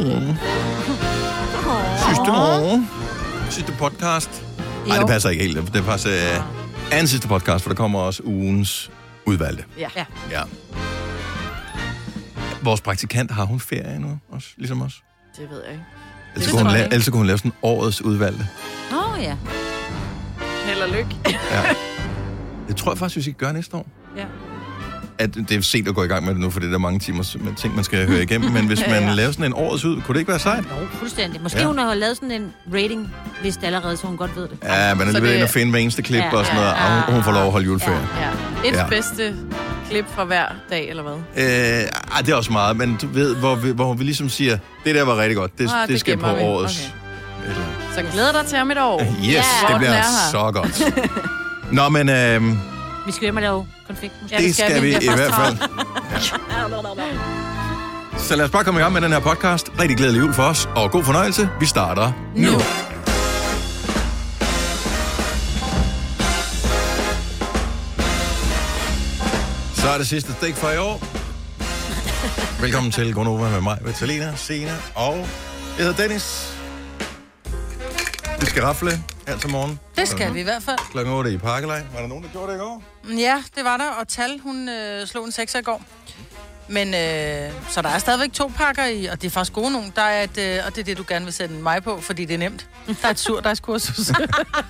Sidste podcast. Nej, det passer ikke helt. Det passer anden sidste podcast, for der kommer også ugens udvalgte. Ja. Vores praktikant, har hun ferie nu? Også, ligesom os? Det ved jeg ikke. Ellers kunne hun lave sådan årets udvalgte. Ja. Held og lykke. Ja. Det tror jeg faktisk, vi skal gøre næste år. Ja. At det er sent at gå i gang med det nu, for det er der mange timer med ting, man skal høre igennem. Men hvis man laver sådan en årets ud, kunne det ikke være sejt? Jo, fuldstændig. Måske hun har lavet sådan en ratingliste allerede, så hun godt ved det. Ja, men alligevel ind og finde hver eneste klip og sådan noget, og hun får lov at holde juleferie. Et bedste klip fra hver dag, eller hvad? Det er også meget, men du ved, hvor vi ligesom siger, det der var rigtig godt, det skal på årets. Okay. Så glæder dig til om et år. Yes, det bliver så godt. Nå, men... Vi skal hjem og lave konflikt. Det skal vi i hvert fald. Så lad os bare komme i gang med den her podcast. Rigtig glædelig jul for os, og god fornøjelse. Vi starter nu. Så er det sidste stik for i år. Velkommen til Gonova med mig, Vitalina, Signe og jeg hedder Dennis. Vi skal rafle her til morgen. Det skal vi i hvert fald. Klokken 8 i Parkelej. Var der nogen, der gjorde det i går? Ja, det var der. Og Tal, hun slog en 6'er i går. Men så der er stadigvæk 2 pakker i, og det er faktisk gode nogen. Der er og det er det, du gerne vil sætte mig på, fordi det er nemt. Der er et surdejskursus. Det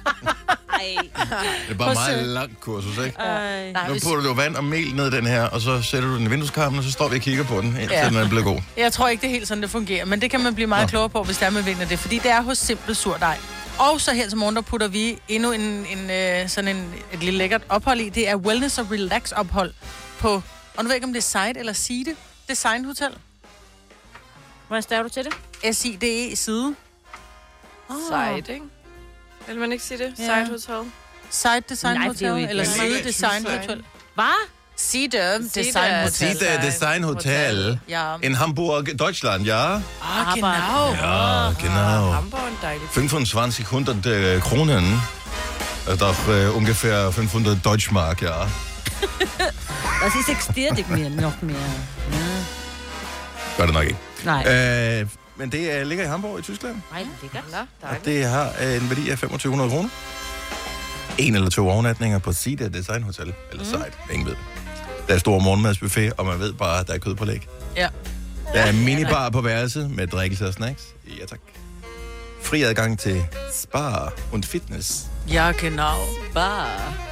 er bare meget langt kursus, ikke? Nu putter du vand og mel ned i den her, og så sætter du den i vindueskarmen, og så står vi og kigger på den, indtil den er blevet god. Jeg tror ikke, det er helt sådan, det fungerer, men det kan man blive meget klogere på, hvis der man vinder det, fordi det er hos Simpel Surdej. Og så her til morgen, der putter vi endnu et lille lækkert ophold i. Det er Wellness og Relax ophold på, og nu ved jeg ikke, om det er Side eller Side Design Hotel. Hvordan staver du til det? SIDE Side. Side, ikke? Vil man ikke sige det? Ja. Side Hotel? Side Design Nej, Hotel, eller Side Design Hotel. Hvad? Side Design Hotel. Side Design Hotel. Ja. In Hamburg, Deutschland, ja. Genau. Ja, genau. Hamburg er en dejlig. 2500 Kronen. Doch ungefähr 500 Deutschmark, ja. Das ist existiert mehr, noch mehr. Ja. Gør det nok ikke. Nej. Men det ligger i Hamburg i Tyskland. Nej, det er godt. Og det har en værdi af 2500 kroner. 1 eller 2 overnatninger på Side Design Hotel. Eller Side, ingen ved det. Der er stor morgenmadsbuffet, og man ved bare, at der er kød på læg. Ja. Der er minibar på værelset med drikkelse og snacks. Ja, tak. Fri adgang til spa og fitness. Ja, genau. Bare.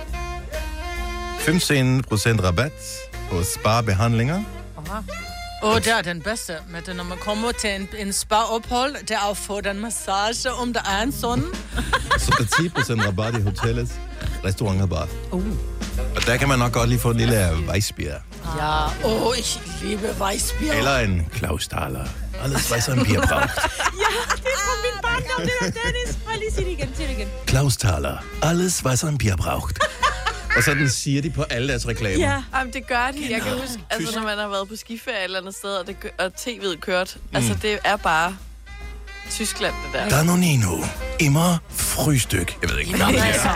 15% rabat på spa-behandlinger. Det er den bedste. Men når man kommer til en spa-ophold, det er at få den massage, om der er en sådan. Så der er 10% rabat i hotellets restaurant og bar. Og der kan man nok godt lige få en lille Weissbier. Ja, ich liebe Weissbier. Eller en Klausthaler. Alles, was ein Bier braucht. Ja, det er fra min barndom, det der, Dennis. Prøv lige sige det igen, Klausthaler. Alles, was ein Bier braucht. Og sådan siger de på alle deres reklamer. Ja. Jamen, det gør de. Jeg kan huske, altså, når man har været på skiferie et eller andet sted, og tv'et kørt. Altså, det er bare Tyskland, det der. Danonino. Immer Frühstück. Jeg ved ikke, hvad det er.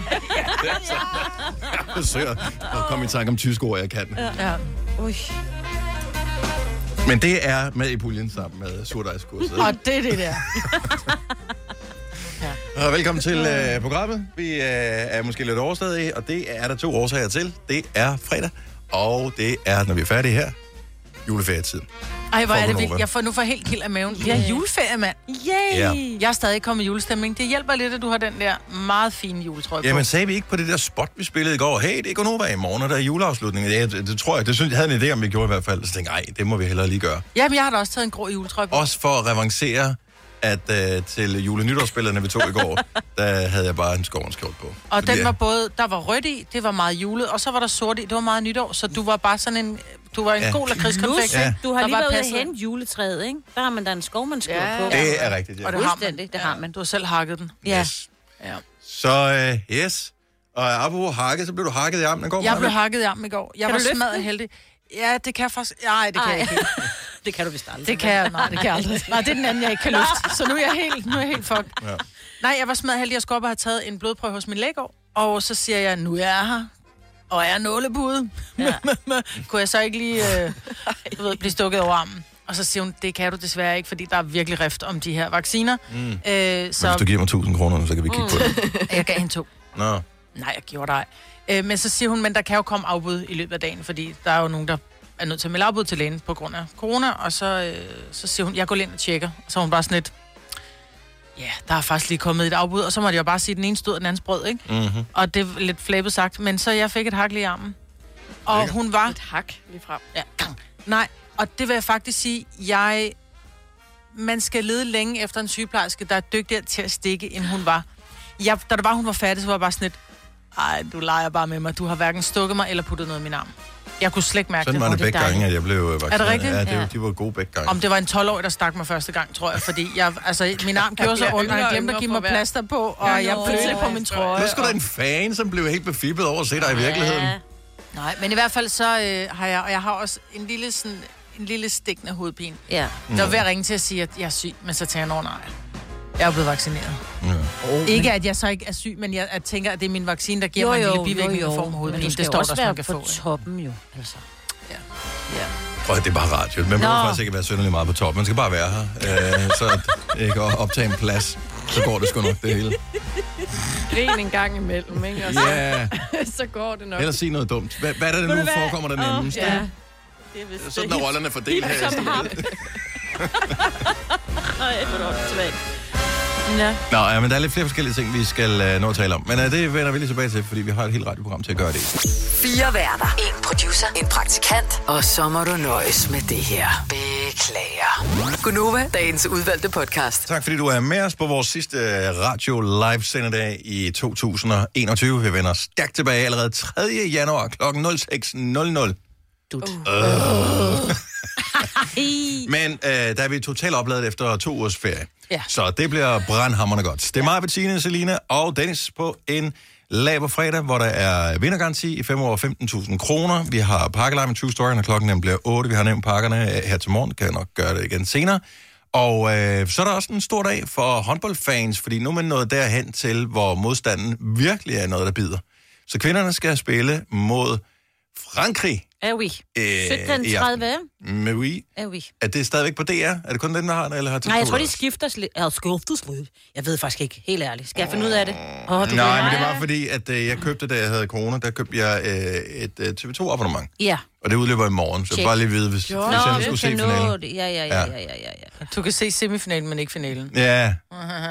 Jeg søger og kom i tanke om tysk ord, jeg kan. Ja. Men det er med i puljen sammen med surdejskurset. Og det er det der. Og velkommen til programmet. Vi er måske lidt overstadige, og det er der 2 årsager til. Det er fredag, og det er, når vi er færdige her, juleferietid. Ej, hvor er det vildt. Jeg får nu for helt kild af maven. Vi har juleferie, mand. Yay! Ja. Jeg er stadig kommet i julestemning. Det hjælper lidt, at du har den der meget fine juletrøje på. Jamen, sagde vi ikke på det der spot, vi spillede i går? Hey, det er Gonova i morgen, og der er juleafslutning. Det tror jeg. Det synes jeg havde en idé om, vi gjorde i hvert fald. Så tænkte jeg, det må vi hellere lige gøre. Jamen, jeg har da også taget en grå juletrøje på. Også for at revancere, at til jule-nytårsspillerne, vi tog i går, der havde jeg bare en skovens-skjort på. Og den var både, der var rødt i, det var meget julet, og så var der sort i, det var meget nytår, så du var bare sådan en, du var en god lakridskonfekt. Ja. Du har Der lige var været ude passet. at hente juletræet, ikke? Der har man da en skovmandskjort på. Det er rigtigt, ja. Og det har man. Fuldstændig, det har man. Du har selv hakket den. Ja. Yes. Ja. Så yes. Og apropos hakket, så blev du hakket i armen i går. Jeg blev hakket i armen i går. Jeg Kan var du løfte smadret heldig. Ja, det kan jeg faktisk. Nej, det kan jeg ikke. Det kan du vist aldrig. Det kan jeg. Nej, det kan jeg aldrig. Nej, det er den anden, jeg ikke kan løfte. Så nu er jeg helt fucked. Ja. Nej, jeg var smadret heldig. Jeg skulle op og have taget en blodprøve hos min læge. Og så siger jeg, nu er jeg her. Og er nålebude. Ja. Kunne jeg så ikke lige blive stukket over armen? Og så siger hun, det kan du desværre ikke, fordi der er virkelig rift om de her vacciner. Så... Hvis du giver mig 1.000 kroner, så kan vi kigge på det. Jeg gav hende 2. Nå. Nej, jeg gjorde dig. Men så siger hun, men der kan jo komme afbud i løbet af dagen, fordi der er jo nogen, der er nødt til at melde afbud til lægen på grund af corona. Og så siger hun, jeg går ind og tjekker. Og så er hun bare sådan lidt, ja, der er faktisk lige kommet et afbud. Og så måtte jeg jo bare sige, den ene stod, den anden brød, ikke? Mm-hmm. Og det er lidt flabet sagt, men så jeg fik et hak lige i armen. Og hun var... Et hak lige frem. Ja, nej, og det vil jeg faktisk sige, man skal lede længe efter en sygeplejerske, der er dygtigere til at stikke, end hun var. Da det var, hun var færdig, så var jeg bare sådan lidt, ej, du leger bare med mig. Du har hverken stukket mig eller puttet noget i min arm. Jeg kunne slet ikke mærke sådan det. Sådan var det begge gange, at jeg blev vaccineret. Er det rigtigt? Ja, de var gode begge gange. Om det var en 12-årig, der stak mig første gang, tror jeg, fordi min arm gjorde så ondt, og han glemte at give mig plaster på, og jeg blødte på min trøje. Nu skulle der en fan, som blev helt befippet over at se dig i virkeligheden. Nej, men i hvert fald så har jeg har også en lille stikkende hovedpine. Ja. Der var ved at ringe til at sige, at jeg er syg, men så tænker jeg, nej. Jeg er blevet vaccineret. Ja. Ikke, at jeg så ikke er syg, men jeg tænker, at det er min vaccine, der giver mig en lille bivirkning i form af hovedpine. Men det står også, man kan få. på toppen jo, altså. Ja. Prøv at det er bare radio. Man må faktisk ikke være synderligt meget på toppen. Man skal bare være her. Så ikke optage en plads. Så går det sgu nok, det hele. Grin en gang imellem, ikke? Og så går det nok. Ellers sige noget dumt. Hvad er det, nu forekommer der nemmest? Ja. Det er vist sådan er rollerne fordelt her. Som ham. Ja. Nå, ja, men der er lidt flere forskellige ting, vi skal nå at tale om. Men det vender vi lige tilbage til, fordi vi har et helt radioprogram til at gøre det. 4 værter, 1 producer, en praktikant, og så må du nøjes med det her. Beklager. Gunova, dagens udvalgte podcast. Tak fordi du er med os på vores sidste radio live sendedag i 2021. Vi vender stærkt tilbage allerede 3. januar kl. 06.00. Men der er vi totalt opladet efter 2 ugers ferie. Ja. Så det bliver brandhamrende godt. Det er mig, Bettine, Selina og Dennis på en laber fredag, hvor der er vindergaranti i 5 år 15.000 kroner. Vi har pakkelej med True Story, når klokken bliver 8. Vi har nævnt pakkerne her til morgen. Kan jeg nok gøre det igen senere. Og så er der også en stor dag for håndboldfans, fordi nu er man nået derhen til, hvor modstanden virkelig er noget, der bider. Så kvinderne skal spille mod Frankrig. Er vi? 17.30. Men oui. Er vi? Er det stadigvæk på DR? Er det kun den, der har det, eller har TV2? Nej, jeg tror, de skifter lidt. Jeg ved faktisk ikke, helt ærligt. Skal jeg finde ud af det? Nej, men det var fordi, at jeg købte, da jeg havde corona, der købte jeg et TV2-abonnement. Ja. Og det udløber i morgen, så bare lige vide, hvis jeg skulle se finalen. Ja. Du kan se semifinalen, men ikke finalen. Ja. Det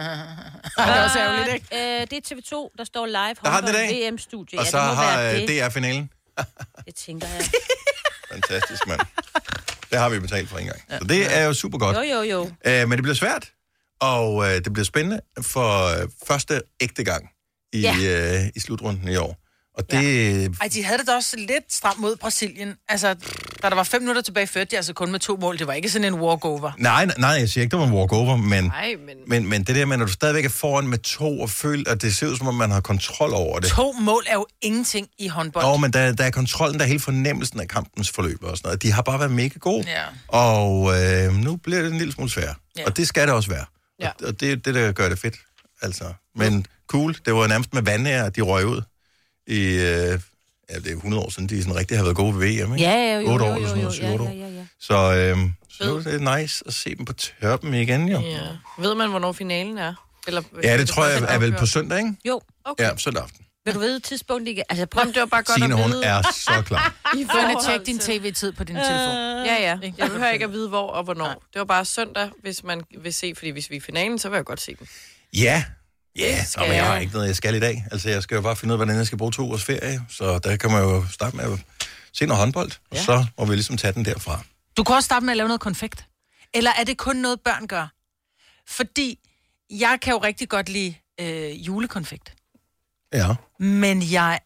er også ærgerligt, ikke? Det er TV2, der står live der har den VM-studie. Og så har DR-finalen. Det tænker jeg. Fantastisk, mand. Det har vi betalt for en gang. Så det er jo super godt. Jo. Men det bliver svært, og det bliver spændende for første ægte gang i slutrunden i år. Og det... Ej, de havde det da også lidt stramt mod Brasilien. Altså, da der var 5 minutter tilbage, førte de altså kun med 2 mål. Det var ikke sådan en walkover. Nej, jeg siger ikke, det var en walkover, men det der med, når du stadigvæk er foran med 2 og føler, at det ser ud som om, man har kontrol over det. 2 mål er jo ingenting i håndbold. Men der er kontrollen, der er hele fornemmelsen af kampens forløb og sådan noget. De har bare været mega gode. Ja. Og nu bliver det en lille smule sværere. Ja. Og det skal det også være. Ja. Og det er det, der gør det fedt. Altså. Men cool, det var nærmest med vandære, at de røg ud. Det er 100 år siden, de sådan rigtig har været gode ved VM, ikke? Ja, 8 år eller sådan noget, 7 år. Ja. Så nu er det nice at se dem på tørpen igen, jo. Ja. Ved man, hvornår finalen er? Eller, ja, det tror jeg er vel på søndag, ikke? Jo. Okay. Ja, søndag aften. Vil du vide tidspunkt ikke? Altså, det var bare godt Signe, at hun vide. er så klar. I får at tjekke din tv-tid på din telefon. Ja. Jeg behøver ikke at vide, hvor og hvornår. Det var bare søndag, hvis man vil se, fordi hvis vi er i finalen, så vil jeg godt se den. Ja, men jeg har ikke noget, jeg skal i dag. Altså, jeg skal jo bare finde ud af, hvordan jeg skal bruge 2 ugers ferie. Så der kan man jo starte med at se noget håndbold, og så må vi ligesom tage den derfra. Du kan også starte med at lave noget konfekt. Eller er det kun noget, børn gør? Fordi jeg kan jo rigtig godt lide julekonfekt. Ja. Men jeg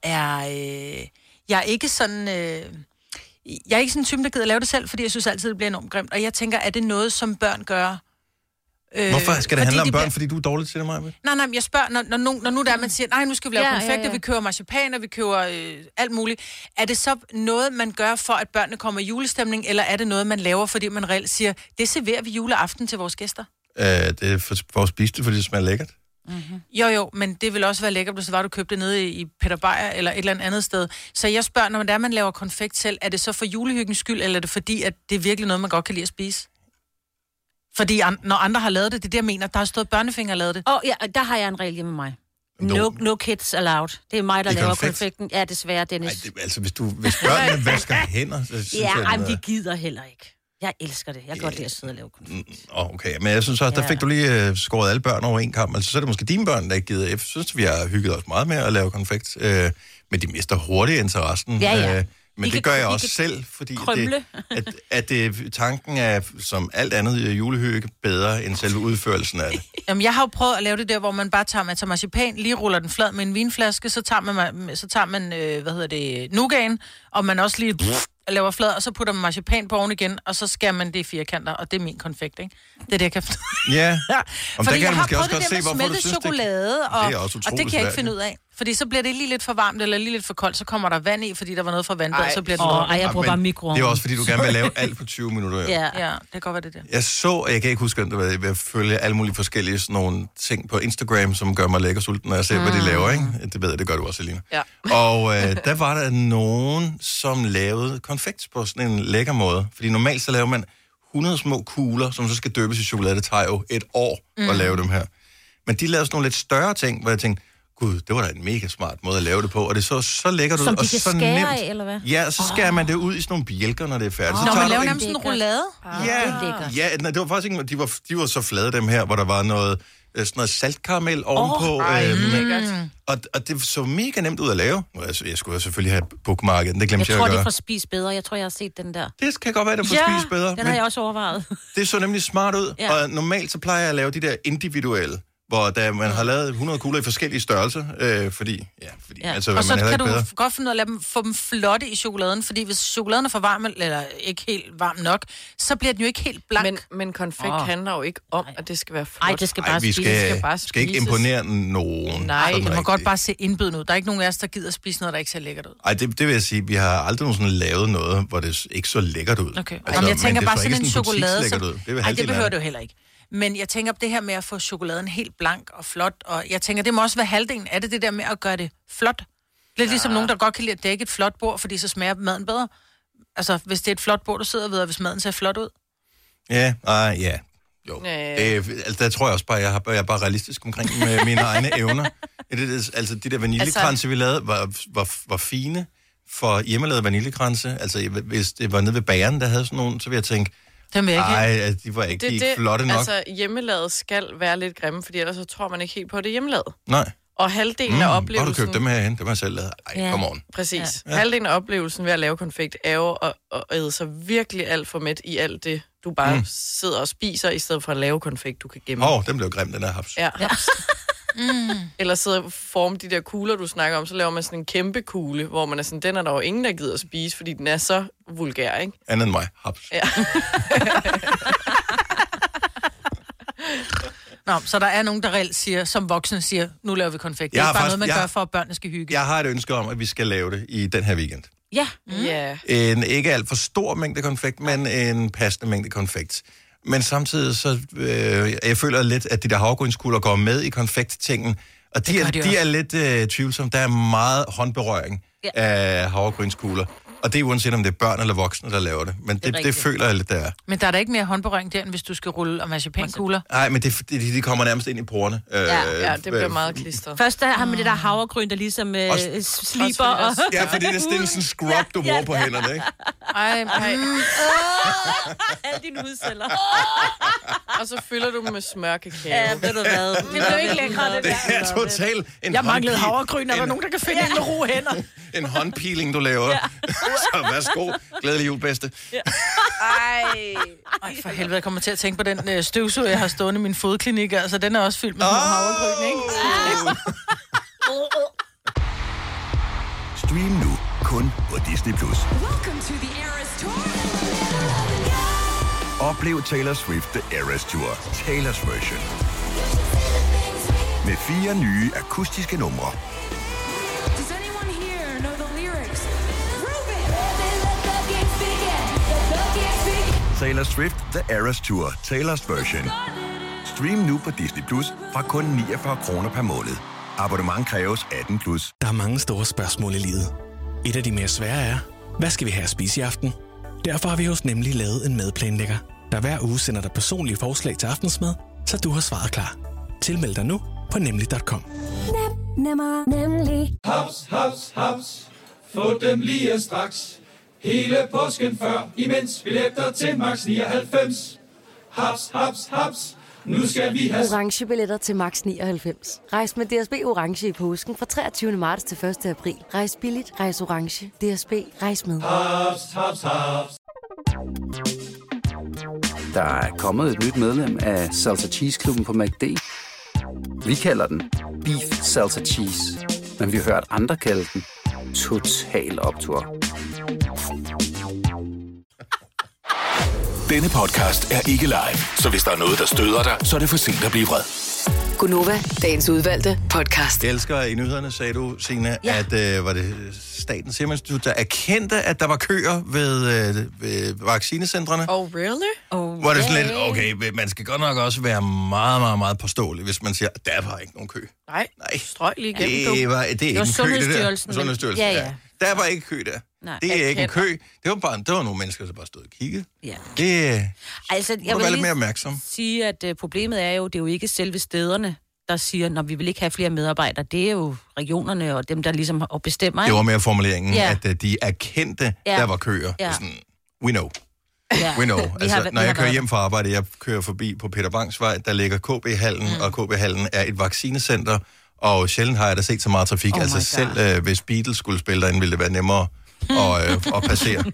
er ikke sådan... Jeg er ikke sådan en type, der gider lave det selv, fordi jeg synes altid, det bliver enormt grimt. Og jeg tænker, er det noget, som børn gør? Hvorfor skal det handle om børn, fordi du er dårlig til det, Maja? Nej, jeg spørger, når nu der man siger, nej, nu skal vi lave konfekter, vi køber marcipan, og vi køber alt muligt. Er det så noget, man gør for, at børnene kommer i julestemning, eller er det noget, man laver, fordi man reelt siger, det serverer vi juleaften til vores gæster? Det er for at spise det, fordi det smager lækkert. Mm-hmm. Jo, men det vil også være lækkert, hvis det var, du købte det nede i Peter Beyer eller et eller andet sted. Så jeg spørger, når man laver konfekt selv, er det så for julehyggens skyld, eller er det fordi, at det er virkelig noget, man godt kan lide at spise? Fordi når andre har lavet det er det, jeg mener, der har stået børnefinger og lavet det. Ja, der har jeg en regel hjemme med mig. No kids allowed. Det er mig, der laver konfekten. Ja, desværre, Dennis. Nej, altså, hvis børnene vasker hænder, så synes jeg... Ja, de gider heller ikke. Jeg elsker det. Jeg kan godt lide at sidde og lave konfekt. Okay, men jeg synes også, der fik du lige skåret alle børn over en kamp. Altså, så er det måske dine børn, der ikke gider. Jeg synes, vi har hygget os meget med at lave konfekt. Men de mister hurtigt interessen. Ja. Men det gør jeg også selv, fordi tanken er, som alt andet julehygge, bedre end selve udførelsen af det. Jamen, jeg har jo prøvet at lave det der, hvor man bare tager marcipan, lige ruller den flad med en vinflaske, så tager man nougaten, og man også lige laver flad, og så putter man marcipan på oven igen, og så skærer man det i firkanter, og det er min konfekt, ikke? Det er det, jeg kan... Ja, fordi der kan jeg måske også godt se, hvorfor du synes, chokolade, og det kan jeg ikke finde ud af. Fordi så bliver det lige lidt for varmt, eller lige lidt for koldt, så kommer der vand i, fordi der var noget fra vandbad, så bliver det jeg bruger bare mikroovn. Det er også, fordi du gerne vil lave alt på 20 minutter. Ja, det kan godt være det der. Jeg kan ikke huske, at jeg vil følge alle mulige forskellige sådan nogle ting på Instagram, som gør mig lækker sulten, når jeg ser, hvad de laver, ikke? Det ved jeg, det gør du også, Selina. Ja. Og der var der nogen, som lavede konfekt på sådan en lækker måde. Fordi normalt så laver man 100 små kugler, som så skal døbes i chokolade. Det tager jo et år at lave dem her. Men de lavede sådan nogle lidt større ting, hvor jeg tænkte, gud, det var da en mega smart måde at lave det på, og det så lækkert ud, og så nemt. Af, eller hvad? Ja, så skærer man det ud i sådan nogle bjælker, når det er færdigt. Når man laver nærmest sådan en roulade? Det var faktisk ikke, de var så flade, dem her, hvor der var sådan noget saltkaramel ovenpå. Og det så mega nemt ud at lave. Jeg skulle selvfølgelig have bookmarket, det glemte jeg at gøre. Jeg tror, det får spist bedre. Jeg tror, jeg har set den der. Det kan godt være, det får spist bedre. Den har jeg også overvejet. Det så nemlig smart ud, og normalt så plejer jeg at lave de der individuelle, hvor man har lavet 100 kugler i forskellige størrelser, fordi altså, og så man kan du bedre. godt finde ud af at få dem flotte i chokoladen, fordi hvis chokoladen er for varm, eller ikke helt varm nok, så bliver den jo ikke helt blank. Men konfekt handler jo ikke om, at det skal være flot. Nej, det skal bare spises. Vi skal ikke imponere nogen. Nej, det må godt bare se indbydende ud. Der er ikke nogen af os, der gider spise noget, der ikke ser lækkert ud. Nej, det vil jeg sige. Vi har aldrig nogensinde lavet noget, hvor det ikke så lækkert ud. Okay. Altså, jeg tænker bare sådan en chokolade. Det behøver det jo heller ikke. Men jeg tænker på det her med at få chokoladen helt blank og flot, og jeg tænker, det må også være halvdelen af det der med at gøre det flot. Lidt ligesom nogen, der godt kan lide at dække et flot bord, fordi så smager maden bedre. Altså, hvis det er et flot bord, du sidder ved, og hvis maden ser flot ud. Ja. Jo. Der tror jeg også bare, jeg er bare realistisk omkring med mine egne evner. Altså, de der vaniljekranse, vi lavede, var fine for hjemmelavet vaniljekranse. Altså, hvis det var nede ved bageren, der havde sådan nogen, så ville jeg tænke, nej, de var ikke flotte nok. Altså, hjemmelavet skal være lidt grimme, fordi ellers så tror man ikke helt på det hjemmelavet. Nej. Og halvdelen af oplevelsen... Hvor du købt dem herhen, dem har jeg selv lavet. Come on. Præcis. Ja. Halvdelen af oplevelsen ved at lave konfekt er jo at æde sig virkelig alt for mæt i alt det, du bare sidder og spiser, i stedet for at lave konfekt, du kan gemme. Den blev grim, den her haps. Ja. Eller sidde og forme de der kugler, du snakker om, så laver man sådan en kæmpe kugle, hvor man er sådan, den er der jo ingen, der gider at spise, fordi den er så vulgær, ikke? Andet end mig, haps. Ja. Nå, så der er nogen, der reelt siger, som voksne siger, nu laver vi konfekt. Det er bare noget, man gør for, at børnene skal hygge. Jeg har et ønske om, at vi skal lave det i den her weekend. Ja. En ikke alt for stor mængde konfekt, men en passende mængde konfekt. Men samtidig så, jeg føler lidt, at de der havregrynskugler går med i konfekttingen, og de er lidt tvivlsomme. Der er meget håndberøring af havregrynskugler. Og det er uanset om det er børn eller voksne, der laver det. Men det føler jeg lidt, der er. Men der er da ikke mere håndberøring der, end hvis du skal rulle marcipankugler? Nej, men de kommer nærmest ind i porerne. Ja, det bliver meget klistret. Først der har man det der havregryn, der ligesom sliber. Og... Ja, fordi det er sådan en scrub, du bruger på hænderne, ikke? Ej. Alle dine hudceller. Og så fylder du dem med smørkakao. Ja, ved du hvad? Det bliver ikke lækkert, det der. Det er totalt en Jeg manglede havregryn, er der nogen, der kan finde en med ro hænder? En håndpeeling, du laver. Ja. Så værsgo. Glædelig jul, bedste. Ja. Ej, for helvede, jeg kommer til at tænke på den støvsuger, jeg har stående i min fodklinik. Altså, den er også fyldt med havregryn, ikke? Stream nu kun på Disney+. Oplev Taylor Swift The Eras Tour, Taylor's version. Med 4 nye akustiske numre. Taylor Swift The Eras Tour, Taylor's version. Stream nu på Disney Plus fra kun 49 kroner per måned. Abonnement kræves 18+. Der er mange store spørgsmål i livet. Et af de mere svære er, hvad skal vi have at spise i aften? Derfor har vi hos Nemlig lavet en madplanlægger, der hver uge sender dig personlige forslag til aftensmad, så du har svaret klar. Tilmeld dig nu på nemlig.com. Nemmer, nemlig. Haps, haps, haps. Få dem lige straks. Hele påsken før, imens billetter til max 99. Haps, haps, haps. Nu skal vi have Orange billetter til max 99. Rejs med DSB Orange i påsken fra 23. marts til 1. april. Rejs billigt, rejs orange. DSB, rejs med. haps, haps, haps. Der er kommet et nyt medlem af Salsa Cheese Klubben på McD. Vi kalder den Beef Salsa Cheese, men vi har hørt andre kalde den Total Optur. Denne podcast er ikke live, så hvis der er noget, der støder dig, så er det for sent at blive vred. Gunova, dagens udvalgte podcast. Jeg elsker i nyhederne, sagde du, Signe, at var det Statens Serum Institut, der erkendte, at der var køer ved vaccinecentrene. Oh, really? Hvor det sådan lidt, okay, man skal godt nok også være meget, meget, meget påståelig, hvis man siger, at der var ikke nogen kø. Nej. Strøg lige igennem. Det er ikke en kø, det der. Sundhedsstyrelsen. Ja. Der var ikke kø der. Nej. Det er ikke en kø. Det var nogle mennesker, der bare stod og kiggede. Ja. Det altså, jeg vil være lidt mere opmærksom. Sige, at problemet er jo, det er jo ikke selve stederne, der siger, når vi vil ikke have flere medarbejdere. Det er jo regionerne og dem, der ligesom bestemmer. Det var mere formuleringen, at de erkendte, der var køer. Ja. Sådan, we know. Ja. We know. Altså, når jeg kører hjem fra arbejde, jeg kører forbi på Peter Bangs Vej, der ligger KB-hallen, og KB-hallen er et vaccinecenter, og sjældent har jeg da set så meget trafik. Altså selv hvis Beatles skulle spille derinde, ville det være nemmere at passere.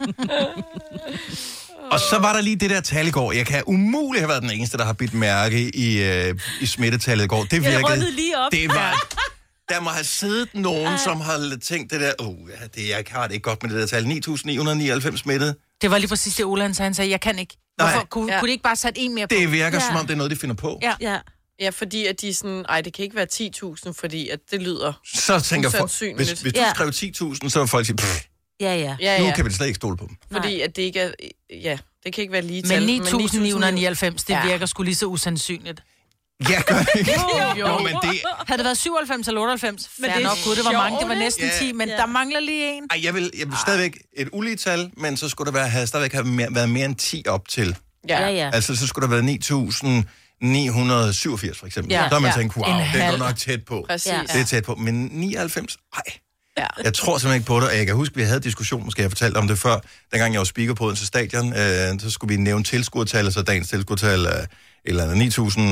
Og så var der lige det der tal i går. Jeg kan umuligt have været den eneste, der har bidt mærke i smittetallet i går. Det virkede. Lige op. Det var... Der må have siddet nogen, som har tænkt det der, jeg har det ikke godt med det der tal. 9.999 smittede. Det var lige præcis det, Ole han sagde, jeg kan ikke. Hvorfor? Kunne de ikke bare sætte en mere på? Det virker, som om det er noget, de finder på. Ja, fordi at de sådan, det kan ikke være 10.000, fordi at det lyder så tænker folk, hvis du skrev 10.000, så vil folk sige, nu kan vi slet ikke stole på dem. Fordi at det ikke er, det kan ikke være lige tal. Men 9.999, det virker sgu lige så usandsynligt. Ja, gør det ikke. Jo, men det... Havde det været 97 eller 98? Men det er nok gud, det var mange, det var næsten 10, men der mangler lige en. Jeg vil stadigvæk et ulige tal, men så skulle der stadigvæk have været mere end 10 op til. Ja. Altså, så skulle der være 9.987 for eksempel. Så har man tænkt, wow, det er godt nok tæt på. Præcis. Det er tæt på, men 99, Jeg tror simpelthen ikke på det, og jeg kan huske, vi havde diskussion, måske jeg fortalte om det før, dengang jeg var speaker på Odense Stadion, så skulle vi nævne tilskuertallet, så dagens tilskuertal er eller 9.785.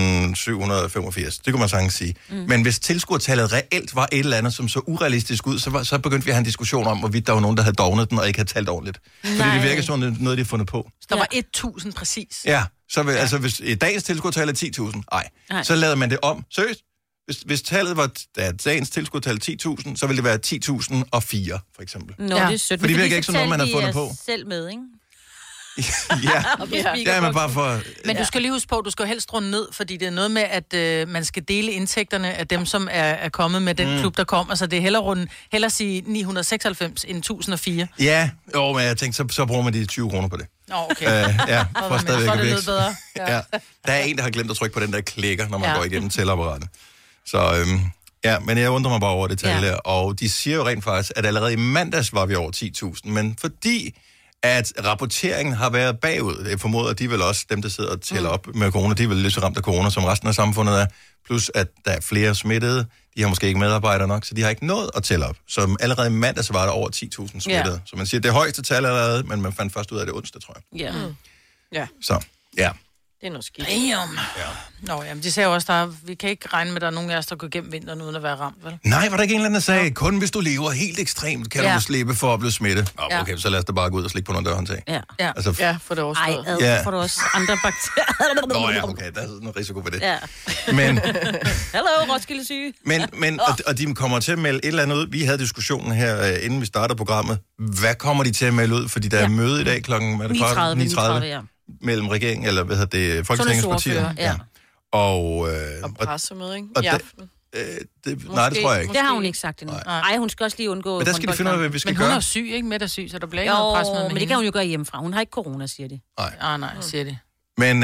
Det kunne man sagtens sige. Men hvis tilskuertallet reelt var et eller andet, som så urealistisk ud, så begyndte vi at have en diskussion om, hvorvidt der var nogen, der havde dognet den og ikke havde talt ordentligt. Fordi det virker som noget, de har fundet på. Der var 1.000 præcis. Ja, så altså hvis dagens tilskuertal er 10.000, så lavede man det om. Seriøst? Hvis tallet var dagens tilskuertal 10.000, så ville det være 10.004, for eksempel. Nå, det er sødt. For det virker ikke som noget, man har fundet på. Selv med, ikke? Ja, men bare for... Men du skal lige huske på, at du skal helst runde ned, fordi det er noget med, at man skal dele indtægterne af dem, som er kommet med den klub, der kom. Altså det er hellere sige 996 end 1004. Ja, men jeg tænkte, så bruger man de 20 kroner på det. Okay. For stadigvæk at vækst. Bedre. Ja. Der er en, der har glemt at trykke på den der klikker, når man går igennem tællapparatet. Så men jeg undrer mig bare over det tal der. Og de siger jo rent faktisk, at allerede i mandags var vi over 10.000, men fordi at rapporteringen har været bagud, jeg formoder, at de vel også, dem der sidder og tæller op med corona, de er vel lidt så ramt af corona, som resten af samfundet er, plus at der er flere smittede, de har måske ikke medarbejdere nok, så de har ikke nået at tælle op. Så allerede i mandags var der over 10.000 smittede. Så man siger, det er højeste tal allerede, men man fandt først ud af det onsdag, tror jeg. Så, det er noget skidt. Nå, jamen, de sagde også, vi kan ikke regne med, at der er nogen af os, der går igennem vinteren uden at være ramt, vel? Nej, var der ikke en eller anden, der sagde, kun hvis du lever helt ekstremt, kan du slippe for at blive smittet. Okay, så lad os da bare gå ud og slikke på nogle dørhåndtag. Altså, for det overstået. For det også andre bakterier. Okay, der er sådan en risiko for det. Ja. Men... Hallo, Roskilde syge. Men og de kommer til at melde et eller andet ud. Vi havde diskussionen her, inden vi startede programmet. Hvad kommer de til at melde ud? Fordi der er møde i dag klokken 9.30. Mellem regeringen, eller hvad hedder det, Folketingets partier. Og pressemøde, ikke? I aften. Nej, det tror jeg ikke. Det har hun ikke sagt endnu. Nej, hun skal også lige undgå... Men der skal de finde ud af, hvad vi skal gøre. Men hun er syg, ikke? Med der syg, så der bliver ikke noget pressemøde med men det kan hun jo gøre hjemmefra. Hun har ikke corona, siger de. Nej, siger de. Men...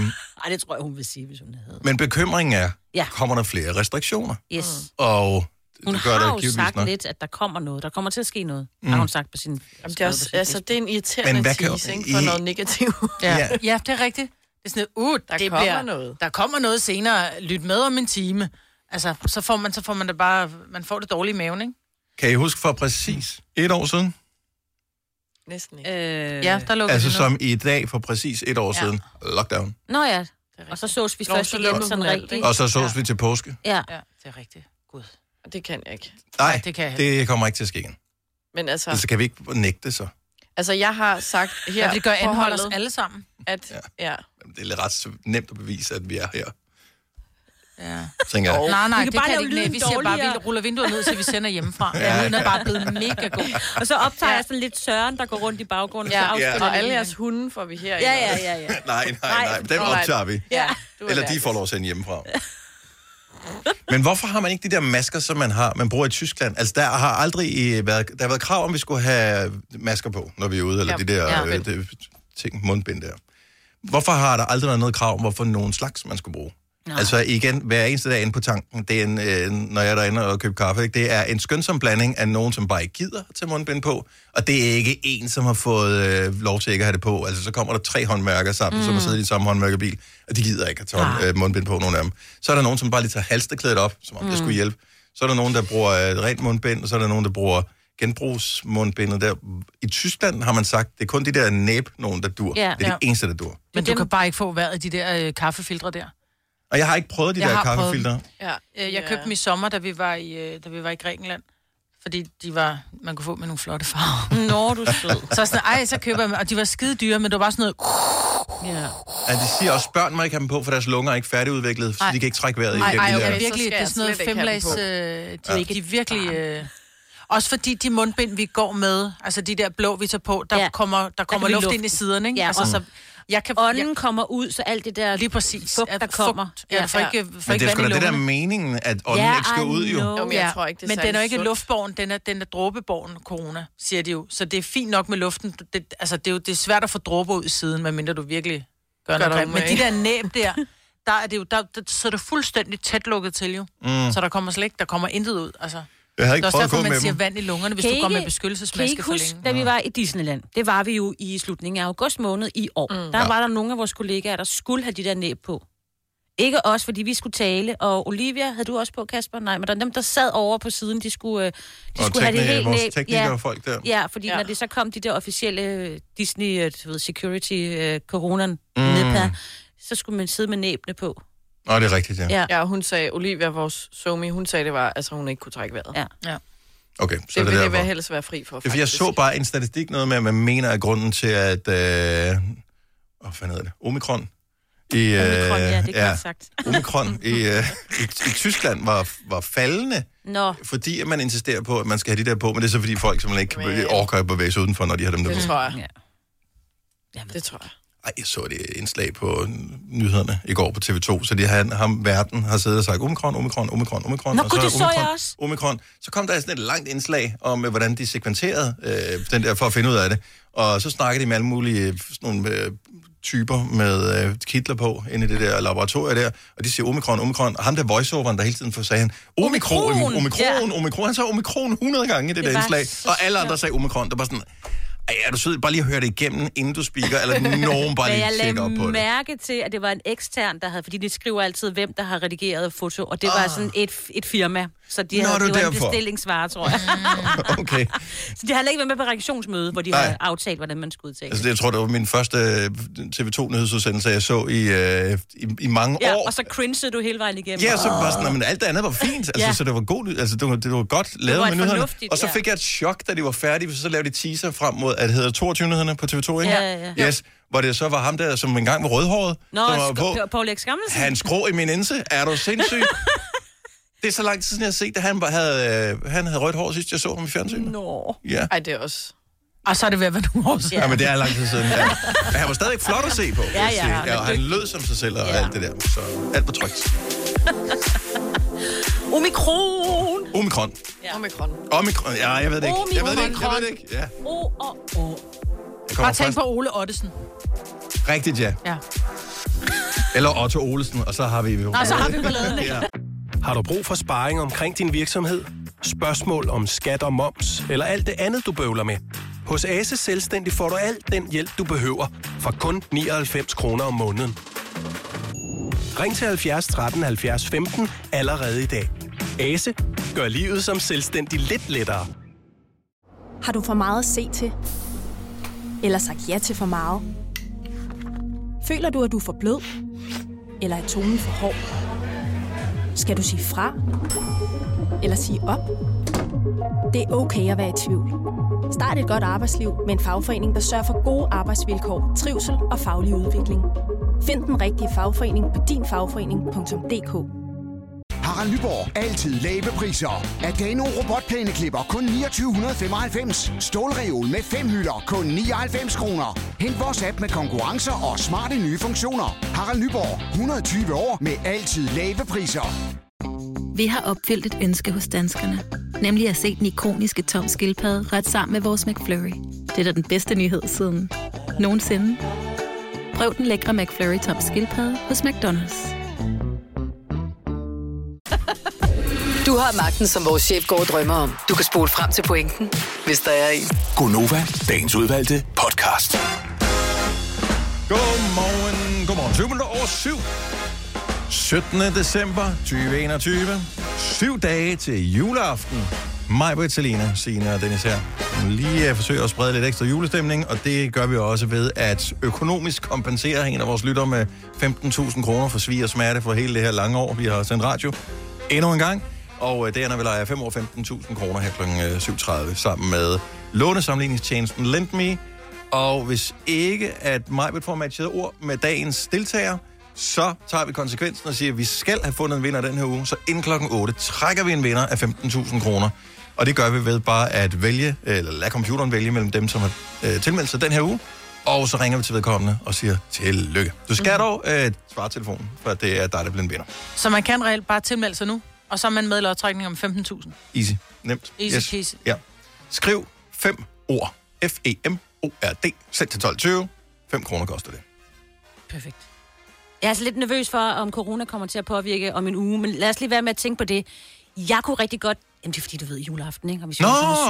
det tror jeg, hun vil sige, hvis hun havde. Men bekymringen er, kommer der flere restriktioner? Yes. Og Hun gør har det jo givetvis sagt nok. lidt, at der kommer noget. Der kommer til at ske noget, har hun sagt på sin... Jamen, det er også, altså, det er en Men irriterende hvad kan- tease, ikke, for noget negativt. Ja. Ja, det er rigtigt. Det er sådan noget, Der kommer noget. Der kommer noget senere. Lyt med om en time. Altså, så får man det bare... Man får det dårligt i maven, ikke? Kan I huske for præcis 1 år siden? Næsten ikke. Ja, der lukker Altså det som i dag for præcis 1 år siden. Lockdown. Nå ja, og så sås vi først så igen lukker sådan hun alt, rigtigt. ikke? Og så sås vi til påske. Ja. Ja, det er rigtigt. Gud. Det kan jeg ikke. Nej, det kan jeg det kommer ikke til at ske igen. Men altså, Så kan vi ikke nægte så. Jeg har sagt her Ja, det gør anholde os forholdet, alle sammen. at ja. Det er lidt ret nemt at bevise, at vi er her. Ja. Tænker jeg. Nej, kan det bare kan lave det ikke. lyden Vi siger bare, dårligere. vi ruller vinduet ned, så vi sender hjemmefra. Ja. Lyden er bare blevet mega god. Og så optager jeg sådan lidt Søren, der går rundt i baggrunden. Ja, så afspiller og vi alle den. jeres hunde får vi her. Ja. Nej. Dem optager vi. Ja, Eller de får lov at sende hjemmefra. Men hvorfor har man ikke de der masker, som man bruger i Tyskland? Altså, der har aldrig været krav om, vi skulle have masker på, når vi er ude, eller de der ting, mundbind der. Hvorfor har der aldrig været noget krav om, hvorfor nogen slags man skulle bruge? Nej. Altså igen, hver eneste dag inde på tanken, det er når jeg er derinde og køber kaffe, ikke? Det er en skønsom blanding af nogen, som bare ikke gider at tage mundbind på, og det er ikke en, som har fået lov til ikke at have det på. Altså så kommer der 3 håndværkere sammen, som har siddet i samme håndværkerbil, og de gider ikke at tage mundbind på, nogen af dem. Så er der nogen, som bare lige tager halsteklædet op, som om det skulle hjælpe. Så er der nogen, der bruger rent mundbind, og så er der nogen, der bruger genbrugsmundbindet der. I Tyskland har man sagt, det er kun de der nogen, der dur. Ja. Det er det eneste, der dur. Men du kan bare ikke få vejret i de der kaffefiltre der. Og jeg har ikke prøvet de der kaffefiltre. Ja. Jeg købte dem i sommer, da vi var i Grækenland. Fordi man kunne få med nogle flotte farver. Nå, du sød. Så køber jeg dem, og de var skide dyre, men det var bare sådan noget... Ja, de siger også, børn må ikke have dem på, for deres lunger er ikke færdigudviklet, så de kan ikke trække vejret igennem. Okay, virkelig, det er sådan noget femlags... De er virkelig... Også fordi de mundbind, vi går med, altså de der blå, vi tager på, der kommer luft ind i siderne, ikke? Ja, altså, ånden kommer ud, så alt det der lige præcis, fugt, der kommer. Ja, for ikke men det er sgu da det der meningen, at ånden ikke skal ud, jo. Jo, men jeg tror ikke, det er men den er jo ikke luftborgen, den er dråbeborgen corona, siger de jo. Så det er fint nok med luften. Det er svært at få dråber ud i siden, medmindre du virkelig gør noget grimt. Men de der næb der er det jo, så er det fuldstændig tæt lukket til jo. Så der kommer intet ud, altså. Jeg havde ikke prøvet at gå man med siger dem. vand i lungerne, hvis du går med beskyttelsesmaske for længe. Da vi var i Disneyland, det var vi jo i slutningen af august måned i år. Der var der nogle af vores kollegaer, der skulle have de der næb på. Ikke os, fordi vi skulle tale, og Olivia, havde du også på, Kasper? Nej, men der dem, der sad over på siden, de skulle have det helt næb. Teknikere folk der. Ja, fordi når det så kom de der officielle Disney security coronaen ned så skulle man sidde med næbene på. Nå, det er rigtigt, ja. Ja, hun sagde, Olivia, vores somi, hun sagde, det var, altså hun ikke kunne trække vejret. Ja. Okay, så det det ville derfor. jeg helst være fri for, Det er, fordi jeg så bare en statistik noget med, at man mener, at grunden til, at... hvad hedder det? Omikron. Omikron, ja, det kan sagt. Omikron i Tyskland var faldende, fordi at man insisterer på, at man skal have de der på, men det er så fordi folk, som man ikke kan overkøre bevæge sig udenfor, når de har dem der på. Det tror jeg. Ja. Det tror jeg. Ej, jeg så det indslag på nyhederne i går på TV2, så verden har siddet og sagt Omikron. Nå, og det så jeg også. Omikron. Så kom der sådan et langt indslag om, hvordan de sekventerede den der for at finde ud af det. Og så snakkede de med alle mulige sådan nogle, typer med kitler på inde i det der laboratorie der, og de siger Omikron. Og ham der voiceoveren, der hele tiden sagde han, Omikron. Han sagde Omikron 100 gange i det der indslag, og alle andre sagde Omikron. Der var sådan... Er du sød bare lige at høre det igennem, inden du speaker, eller nogen bare lige tjekke op på det? Jeg mærke til, at det var en ekstern, der havde, fordi de skriver altid, hvem der har redigeret foto, og det var sådan et firma, så det var en bestillingsvare, tror jeg. Okay. Så de har ikke været med på reaktionsmøde, hvor de har aftalt, hvordan man skulle udtale. Altså, jeg tror, det var min første TV2-nyhedsudsendelse, jeg så i mange år. Ja, og så cringede du hele vejen igennem. Ja, så var sådan, men alt det andet var fint, altså, så det var god, altså, det var godt lavet med nyhederne. Og så fik jeg et chok, da de var færdige, så lavede de teaser frem mod, at det hedder 22-nyhederne på TV2, ikke? Ja. Yes, hvor det så var ham der, som engang var rødhåret. Nå, Poul Erik Skammelsen. Hans grå eminence, er du sindssyg? Det er så lang tid siden, jeg har set, at han havde rødt hår sidst, jeg så ham i fjernsynet. Nå. Ja. Ej, det er også... Og så er det ved at være nogle år siden. Ja, men det er lang tid siden. Ja. Men han var stadig flot at se på. Ja, og han lød som sig selv og alt det der. Så alt var trygt. Omikron. Ja. Omikron. Ja, jeg ved det ikke. Jeg ved det ikke. Ja. Bare tænk på Ole Ottesen. Rigtigt, ja. Eller Otto Olesen, og så har vi... Nej, så har vi balladen, ikke? Har du brug for sparring omkring din virksomhed? spørgsmål om skat og moms, eller alt det andet, du bøvler med. Hos Ase Selvstændig får du alt den hjælp, du behøver, for kun 99 kroner om måneden. Ring til 70 13 70 15 allerede i dag. Ase gør livet som selvstændig lidt lettere. Har du for meget at se til? Eller sagt ja til for meget? Føler du, at du er for blød? Eller er tonen for hård? Skal du sige fra? Eller sige op? Det er okay at være i tvivl. Start et godt arbejdsliv med en fagforening, der sørger for gode arbejdsvilkår, trivsel og faglig udvikling. Find den rigtige fagforening på dinfagforening.dk. Harald Nyborg. Altid lave priser. Adano robotplæneklipper kun 2995. Stålreol med 5 hylder kun 99 kroner. Hent vores app med konkurrencer og smarte nye funktioner. Harald Nyborg. 120 år med altid lave priser. Vi har opfyldt et ønske hos danskerne. Nemlig at se den ikoniske Tom Skildpadde ret sammen med vores McFlurry. Det er da den bedste nyhed siden nogensinde. Prøv den lækre McFlurry Tom Skildpadde hos McDonald's. Du har magten, som vores chef går og drømmer om. Du kan spole frem til pointen, hvis der er en. Gonova, dagens udvalgte podcast. Godmorgen. 7 minutter over 7. 17. december 2021. 7 dage til juleaften. Mig, Selina, Signe og Dennis her. Lige forsøger at sprede lidt ekstra julestemning, og det gør vi også ved at økonomisk kompensere en af vores lyttere med 15.000 kroner for svig og smerte for hele det her lange år, vi har sendt radio. Endnu en gang. Og det ender vel af 5 år 15.000 kroner her kl. 7.30 sammen med lånesamligningstjenesten LendMe. Og hvis ikke at Majbet får matchet ord med dagens deltager, så tager vi konsekvensen og siger, at vi skal have fundet en vinder den her uge. Så inden klokken 8 trækker vi en vinder af 15.000 kroner. Og det gør vi ved bare at vælge, eller lade computeren vælge mellem dem, som har tilmeldt sig den her uge. Og så ringer vi til vedkommende og siger tillykke. Du skal dog svare telefonen, for det er dig, der bliver en vinder. Så man kan reelt bare tilmelde sig nu, og så er man med i lodtrækning om 15.000. Easy. Nemt. Easy peasy. Ja. Skriv 5 ord. FEMORD. Send til 12.20. 5 kroner koster det. Perfekt. Jeg er altså lidt nervøs for, om corona kommer til at påvirke om en uge, men lad os lige være med at tænke på det. Jeg kunne rigtig godt... Jamen, det er fordi, du ved, juleaften, ikke? Om vi syge.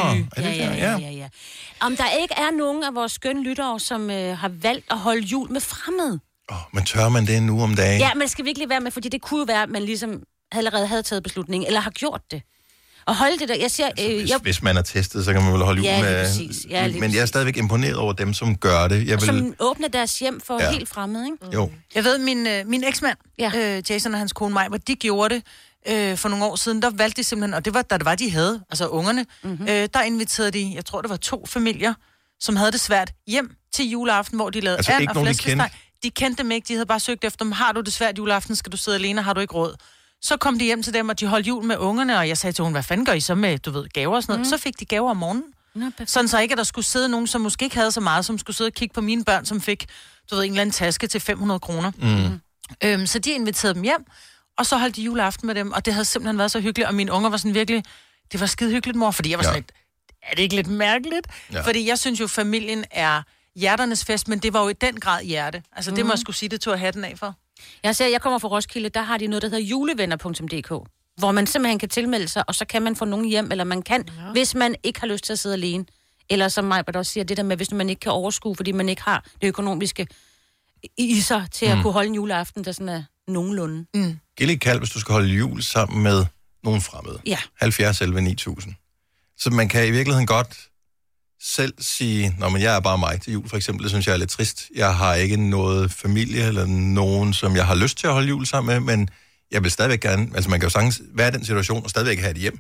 Ja. Om der ikke er nogen af vores skønne lyttere, som har valgt at holde jul med fremmede. Men tør man det nu om dagen? Ja, men skal vi ikke lige være med, fordi det kunne jo være, at man ligesom allerede havde taget beslutningen, eller har gjort det. Og holde det der, jeg siger... Altså, hvis man er testet, så kan man vel holde jul med... Men jeg er stadigvæk imponeret over dem, som gør det. Som åbner deres hjem for helt fremmede, ikke? Jo. Jeg ved, min eksmand, Jason og hans kone Maj, hvor de gjorde det for nogle år siden, der valgte de simpelthen, og det var, da det var, de havde, altså ungerne, der inviterede de, jeg tror, det var 2 familier, som havde det svært, hjem til juleaften, hvor de lavede altså, and og flæskesteg. De kendte dem ikke, de havde bare søgt efter dem. Har du det svært juleaften, skal du sidde alene, har du ikke råd? Så kom de hjem til dem, og de holdt jul med ungerne, og jeg sagde til hende, hvad fanden gør I så med, du ved, gaver og sådan noget? Så fik de gaver om morgenen. Sådan så ikke, at der skulle sidde nogen, som måske ikke havde så meget, som skulle sidde og kigge på mine børn, som fik, du ved, en eller anden taske til 500 kroner. Så de inviterede dem hjem, og så holdt de juleaften med dem, og det havde simpelthen været så hyggeligt, og mine unger var sådan virkelig, det var skide hyggeligt, mor, fordi jeg var sådan lidt, er det ikke lidt mærkeligt? Ja. Fordi jeg synes jo, familien er hjerternes fest, men det var jo i den grad hjerte. Altså det må jeg skulle sige, det tog jeg hatten af for. Jeg kommer fra Roskilde, der har de noget, der hedder julevenner.dk, hvor man simpelthen kan tilmelde sig, og så kan man få nogen hjem, eller man kan, hvis man ikke har lyst til at sidde alene. Eller som Majbert også siger, det der med, hvis man ikke kan overskue, fordi man ikke har det økonomiske i sig til at kunne holde en juleaften, der sådan er nogenlunde. Giv lige kald, hvis du skal holde jul sammen med nogen fremmede. Ja. 70 11 9000. Så man kan i virkeligheden godt selv sige, men jeg er bare mig til jul, for eksempel. Det synes jeg er lidt trist. Jeg har ikke noget familie eller nogen, som jeg har lyst til at holde jul sammen med, men jeg vil stadigvæk gerne, altså man kan jo sagtens være i den situation og stadigvæk have et hjem.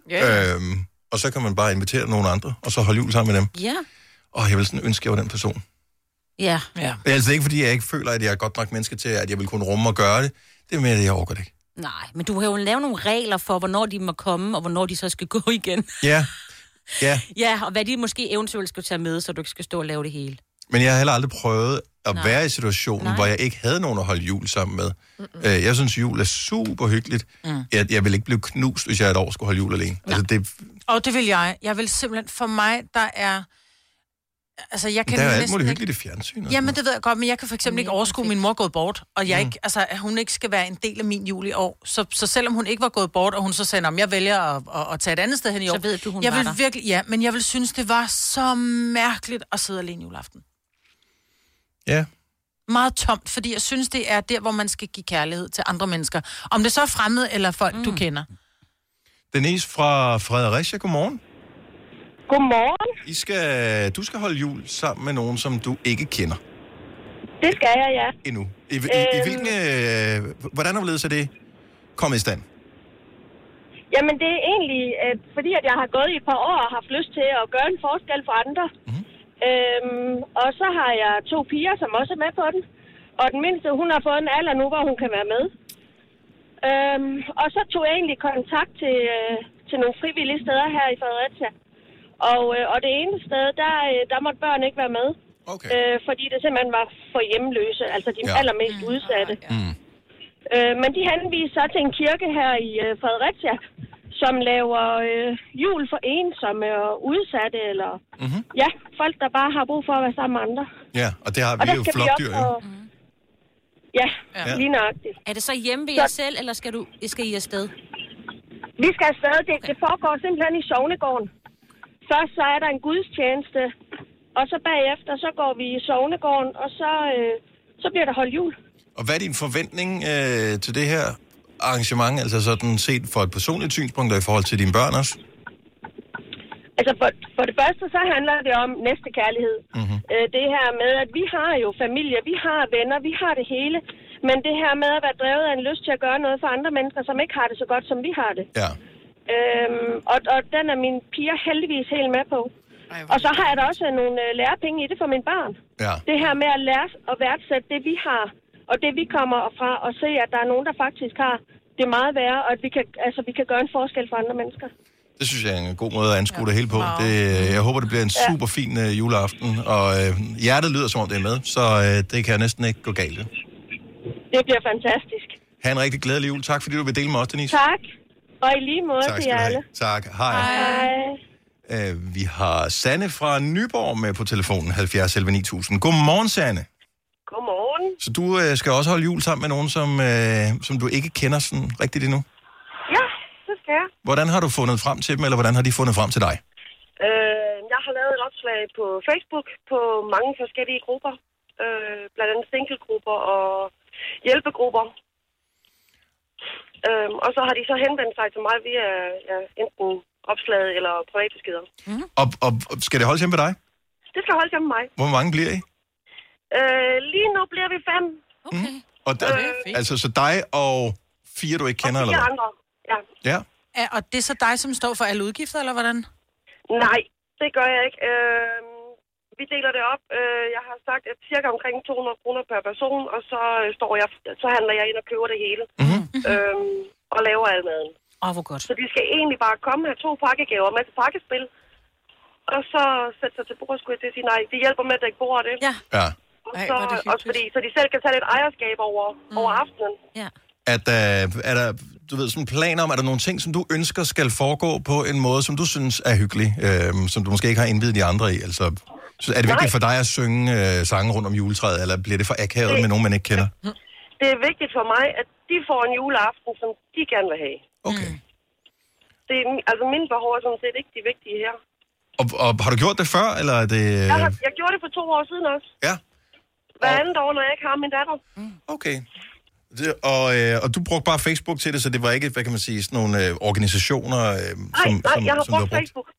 Og så kan man bare invitere nogle andre, og så holde jul sammen med dem. Ja. Og jeg vil sådan ønske, at jeg var den person. Ja. Det er altså ikke, fordi jeg ikke føler, at jeg er godt nok menneske til, at jeg vil kunne rumme og gøre det. Det er mere, at jeg overgår det ikke. Nej, men du har jo lavet nogle regler for, hvornår de må komme, og hvornår de så skal gå igen. Ja. Ja, og hvad de måske eventuelt skal tage med, så du ikke skal stå og lave det hele. Men jeg har heller aldrig prøvet at være i situationen, hvor jeg ikke havde nogen at holde jul sammen med. Jeg synes, jul er super hyggeligt. Jeg vil ikke blive knust, hvis jeg et år skulle holde jul alene. Altså, Og det vil jeg. Jeg vil simpelthen, for mig, der er... Altså, jeg kan der er alt næsten muligt ikke... hyggeligt i fjernsyn. Jamen, det ved jeg godt, men jeg kan for eksempel ikke overskue, at min mor er gået bort, og jeg ikke, altså, at hun ikke skal være en del af min jul i år. Så selvom hun ikke var gået bort, og hun så sagde, om jeg vælger at tage et andet sted hen i år, så ved du, hun jeg var vil der. virkelig, ja, men jeg vil synes, det var så mærkeligt at sidde alene juleaften. Ja. Meget tomt, fordi jeg synes, det er der, hvor man skal give kærlighed til andre mennesker. Om det så er fremmede eller folk, du kender. Denise fra Fredericia, godmorgen. Godmorgen. Du skal holde jul sammen med nogen, som du ikke kender. Det skal jeg, ja. Endnu. I hvilken... hvordan har det det kommet i stand? Jamen, det er egentlig, fordi at jeg har gået i et par år og haft lyst til at gøre en forskel for andre. Og så har jeg 2 piger, som også er med på den. Og den mindste, hun har fået en alder nu, hvor hun kan være med. Og så tog jeg egentlig kontakt til nogle frivillige steder her i Fredericia. Og det ene sted, der måtte børn ikke være med. Okay. Fordi det simpelthen var for hjemløse, altså de allermest udsatte. Men de henviste så til en kirke her i Fredericia, som laver jul for ensomme og udsatte, eller folk, der bare har brug for at være sammen med andre. Ja, og det har vi jo flokdyr, jo. Ja, lige nøjagtigt. Er det så hjemme ved jer selv, eller skal I afsted? Vi skal afsted. Det foregår simpelthen i sognegården. Først så er der en gudstjeneste, og så bagefter så går vi i sognegården, og så bliver der holdt jul. Og hvad er din forventning til det her arrangement, altså sådan set for et personligt synspunkt og i forhold til dine børn også? Altså for det første, så handler det om næstekærlighed. Det her med, at vi har jo familie, vi har venner, vi har det hele. Men det her med at være drevet af en lyst til at gøre noget for andre mennesker, som ikke har det så godt, som vi har det. Ja. Og den er mine piger heldigvis helt med på. Og så har jeg da også nogle lærepenge i det for mine barn. Ja. Det her med at lære at værdsætte det, vi har, og det, vi kommer fra, og se, at der er nogen, der faktisk har det meget værre, og at vi kan gøre en forskel for andre mennesker. Det synes jeg er en god måde at anskue det hele på. Jeg håber, det bliver en super fin juleaften, og hjertet lyder, som om det er med, så det kan næsten ikke gå galt. Det bliver fantastisk. Ha' en rigtig glædelig jul. Tak, fordi du vil dele med os, Denise. Tak. Og i lige måde til jer alle. Tak. Hej. Vi har Sanne fra Nyborg med på telefonen, 70 11 9000. Godmorgen, Sanne. Godmorgen. Så du skal også holde jul sammen med nogen, som du ikke kender sådan rigtigt endnu? Ja, det skal jeg. Hvordan har du fundet frem til dem, eller hvordan har de fundet frem til dig? Jeg har lavet et opslag på Facebook på mange forskellige grupper. Blandt andet singlegrupper og hjælpegrupper. Og så har de så henvendt sig til mig via enten opslaget eller privatbeskeder. Og skal det holdes hjemme med dig? Det skal holdes hjemme med mig. Hvor mange bliver I? Lige nu bliver vi 5. Okay. Og altså så dig og 4, du ikke kender, eller hvad? Og 4 andre, ja. Og det er så dig, som står for alle udgifter, eller hvordan? Nej, det gør jeg ikke. Vi deler det op. Jeg har sagt, at cirka omkring 200 kroner per person, og så handler jeg ind og køber det hele. Og laver al maden. Hvor godt. Så de skal egentlig bare komme og have 2 pakkegaver med til pakkespil. Og så sætte sig til bordet, skulle jeg til at sige nej. Det hjælper med at dække bordet, det. Ja. Og så, også fordi, så de selv kan tage lidt ejerskab over aftenen. Ja. Er der du ved, sådan en plan om, er der nogle ting, som du ønsker skal foregå på en måde, som du synes er hyggelig, som du måske ikke har indvidet de andre i? Altså, så er det vigtigt for dig at synge sange rundt om juletræet, eller bliver det for akavet med nogen, man ikke kender? Det er vigtigt for mig, at de får en juleaften, som de gerne vil have. Okay. Altså, mine behov er sådan set ikke de vigtige her. Og har du gjort det før, eller er det... Jeg gjorde det for 2 år siden også. Ja. Hver andet år, når jeg ikke har min datter. Okay. Og du brugte bare Facebook til det, så det var ikke, hvad kan man sige, sådan nogle organisationer, Nej, jeg har brugt Facebook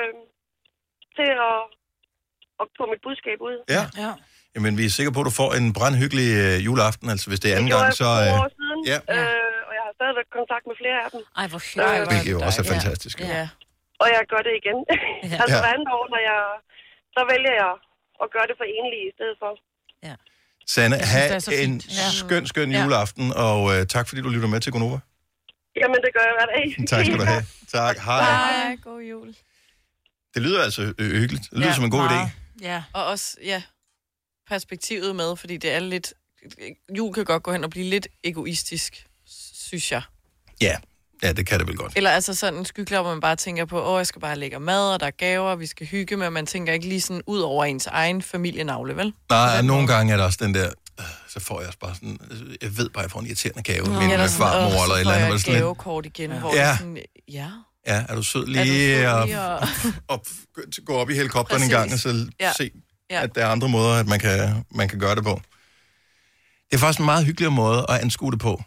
til at få mit budskab ud. Ja. Jamen, vi er sikre på, at du får en brandhyggelig juleaften, altså hvis det er anden gang, så... Det gjorde jeg for 2 år siden, og jeg har stadigvæk kontakt med flere af dem. Ej, hvor hyggeligt. Hvilket jo også er fantastisk. Ja. Og jeg gør det igen. Altså hver andet år, så vælger jeg at gøre det for enlige i stedet for. Ja. Sanne, have en skøn juleaften, og tak fordi du lytter med til Gonova. Jamen, det gør jeg hver dag. Tak skal du have. Tak, hej. God jul. Det lyder altså hyggeligt. Det lyder som en god idé. Ja, og også, perspektivet med, fordi det er lidt... Jul kan godt gå hen og blive lidt egoistisk, synes jeg. Ja, Ja, det kan det vel godt. Eller altså sådan en skyklapper, hvor man bare tænker på, jeg skal bare lægge mad, og der er gaver, vi skal hygge med, man tænker ikke lige sådan ud over ens egen familienavle, vel? Nej, nogle gange er der også den der, så får jeg også bare sådan, jeg ved bare, jeg får en irriterende gave. Min farmor eller et eller andet. Så får jeg gavekort igen, hvor det sådan, Ja, er du sød lige og gå op i helikopteren en gang, og så se, at der er andre måder, at man kan gøre det på. Det er faktisk en meget hyggelig måde at anskue det på.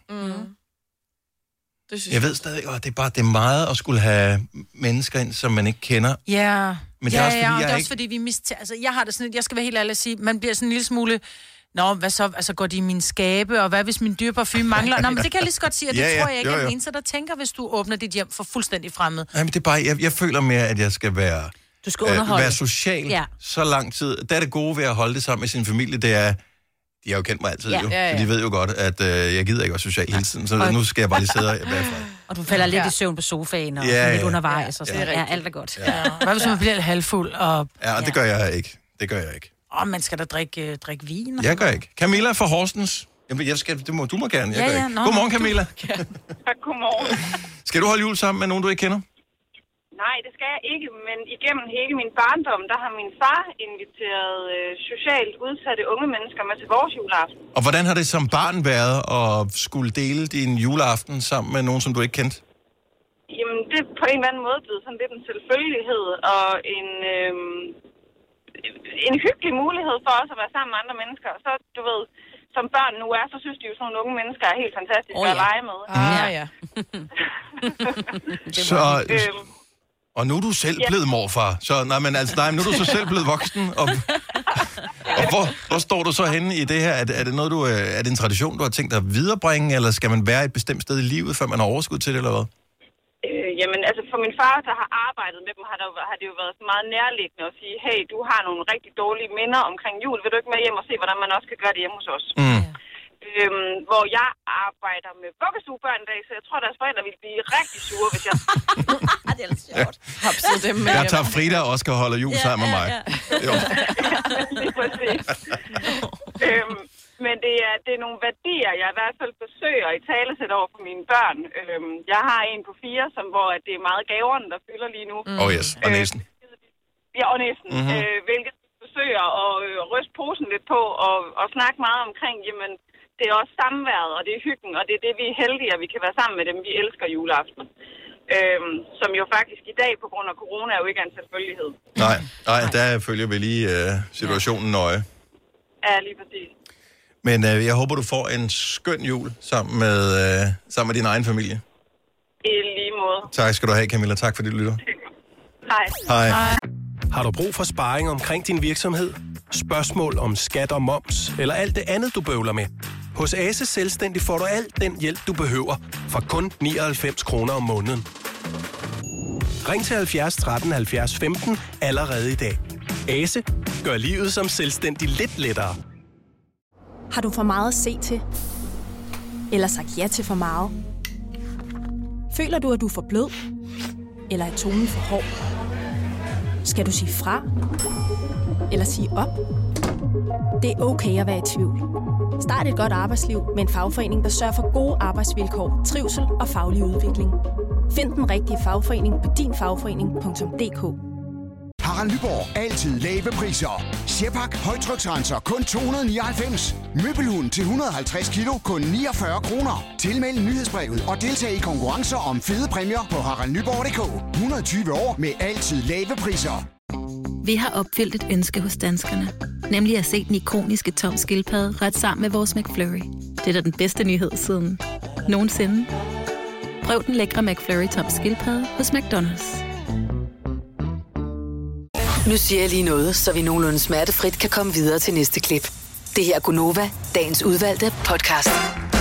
Jeg ved stadig, det er meget at skulle have mennesker ind, som man ikke kender. Ja, men det er også, fordi, det er også fordi, vi altså, jeg har det sådan, jeg skal være helt ærlig at sige, man bliver sådan en lille smule, hvad så, altså går de i min skabe, og hvad hvis min dyre parfume mangler? Nå, men det kan jeg lige så godt sige, og det tror jeg ikke er den eneste, der tænker, hvis du åbner dit hjem for fuldstændig fremmed. Nej, men det er bare, jeg føler mere, at jeg skal være, være social så lang tid. Det er det gode ved at holde det sammen med sin familie, det er, de har jo kendt mig altid, jo. Så de ved jo godt, at jeg gider ikke være social hele tiden, så nu skal jeg bare lige sidde og være fra. Og du falder lidt i søvn på sofaen, og lidt undervejs, og sådan. Ja, alt er godt. Hvad hvis man bliver halvfuld? Og... Ja, det gør jeg ikke. Det gør jeg ikke. Man skal da drikke vin. Jeg gør ikke. Camilla fra Horsens. Jamen, du må gerne. Jeg gør ikke. Godmorgen, Camilla. Godmorgen. Skal du holde jul sammen med nogen, du ikke kender? Nej, det skal jeg ikke, men igennem hele min barndom, der har min far inviteret socialt udsatte unge mennesker med til vores juleaften. Og hvordan har det som barn været at skulle dele din juleaften sammen med nogen, som du ikke kendte? Jamen, det er på en eller anden måde blevet sådan lidt en selvfølgelighed og en hyggelig mulighed for os at være sammen med andre mennesker. Og så, du ved, som børn nu er, så synes de jo sådan nogle unge mennesker er helt fantastiske at lege med. Så... Og nu er du selv blevet morfar. Så nu er du så selv blevet voksen. Og hvor står du så henne i det her? Er det noget, er det en tradition, du har tænkt dig at viderebringe, eller skal man være et bestemt sted i livet, før man har overskud til det, eller hvad? Jamen, altså for min far, der har arbejdet med dem, har det jo været meget nærliggende at sige, hey, du har nogle rigtig dårlige minder omkring jul. Vil du ikke med hjem og se, hvordan man også kan gøre det hjemme hos os? Hvor jeg arbejder med vuggestuebørn i dag, så jeg tror, deres forældre ville blive rigtig sure, hvis jeg... Det er lidt sjovt. Hapsede dem med jeg tager Frida og Oscar holder jul sammen med mig. Jo. Lige præcis. Men det er nogle værdier, jeg i hvert fald forsøger at italesætte over for mine børn. Jeg har en på 4, hvor det er meget gaverne, der fylder lige nu. Yes, og næsten. Ja, og næsten. Hvilket forsøger at ryste posen lidt på og snakke meget omkring, jamen, det er også samværet, og det er hyggen, og det er det, vi er heldige, at vi kan være sammen med dem. Vi elsker juleaften. Som jo faktisk i dag, på grund af corona, er jo ikke en selvfølgelighed. Nej, der følger vi lige situationen nøje. Ja, lige præcis. Men jeg håber, du får en skøn jul sammen med din egen familie. I lige måde. Tak skal du have, Camilla. Tak fordi du lytter. Hej. Har du brug for sparring omkring din virksomhed? Spørgsmål om skat og moms, eller alt det andet, du bøvler med? Hos Ase Selvstændig får du alt den hjælp, du behøver, for kun 99 kroner om måneden. Ring til 70 13 70 15 allerede i dag. Ase gør livet som selvstændig lidt lettere. Har du for meget at se til? Eller sagt ja til for meget? Føler du, at du er for blød? Eller er tonen for hård? Skal du sige fra? Eller sige op? Det er okay at være i tvivl. Start et godt arbejdsliv med en fagforening, der sørger for gode arbejdsvilkår, trivsel og faglig udvikling. Find den rigtige fagforening på dinfagforening.dk. Harald Nyborg. Altid lave priser. Sjehpak højtryksrenser kun 299. Møbelhund til 150 kilo kun 49 kroner. Tilmeld nyhedsbrevet og deltag i konkurrencer om fede præmier på haraldnyborg.dk. 120 år med altid lave priser. Vi har opfyldt et ønske hos danskerne. Nemlig at se den ikoniske Tom Skildpadde ret sammen med vores McFlurry. Det er da den bedste nyhed siden nogensinde. Prøv den lækre McFlurry Tom Skildpadde hos McDonald's. Nu siger jeg lige noget, så vi nogenlunde smertefrit kan komme videre til næste klip. Det her er Gunova, dagens udvalgte podcast.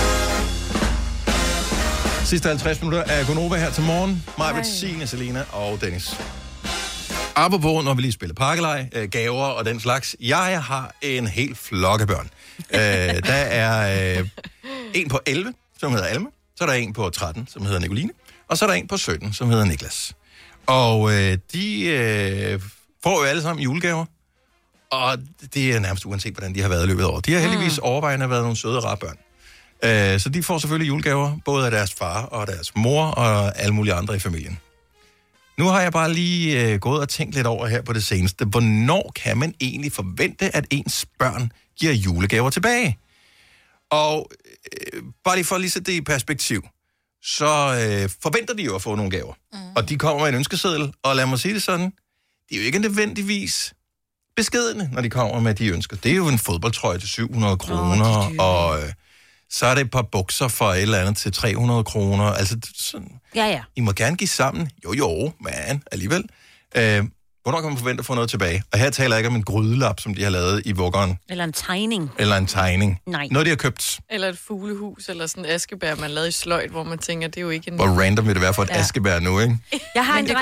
Sidste 50 minutter er Gunova her til morgen. Maja, Signe, Selina og Dennis. Apropos, når vi lige spiller pakkelej, gaver og den slags. Jeg har en hel flok af børn. Der er en på 11, som hedder Alma. Så er der en på 13, som hedder Nicoline. Og så er der en på 17, som hedder Niklas. Og de får jo alle sammen julegaver. Og det er nærmest uanset, hvordan de har været i løbet af året. De har heldigvis overvejende været nogle søde og rare børn. Så de får selvfølgelig julegaver, både af deres far og deres mor og alle mulige andre i familien. Nu har jeg bare lige gået og tænkt lidt over her på det seneste. Hvornår kan man egentlig forvente, at ens børn giver julegaver tilbage? Og bare lige for at lige sætte det i perspektiv, så forventer de jo at få nogle gaver. Og de kommer med en ønskeseddel, og lad mig sige det sådan, de er jo ikke nødvendigvis beskedne, når de kommer med de ønsker. Det er jo en fodboldtrøje til 700 kroner, og så er det et par bukser for et eller andet til 300 kroner. Altså, sådan, ja. I må gerne give sammen. Jo, men alligevel. Hvornår kan man forvente at få noget tilbage? Og her taler jeg ikke om en grydelap, som de har lavet i vuggeren. Eller en tegning. Nej. Noget, de har købt. Eller et fuglehus, eller sådan en askebær, man lavede i sløjt, hvor man tænker, det er jo ikke en... Hvor random vil det være for et askebær nu, ikke? Jeg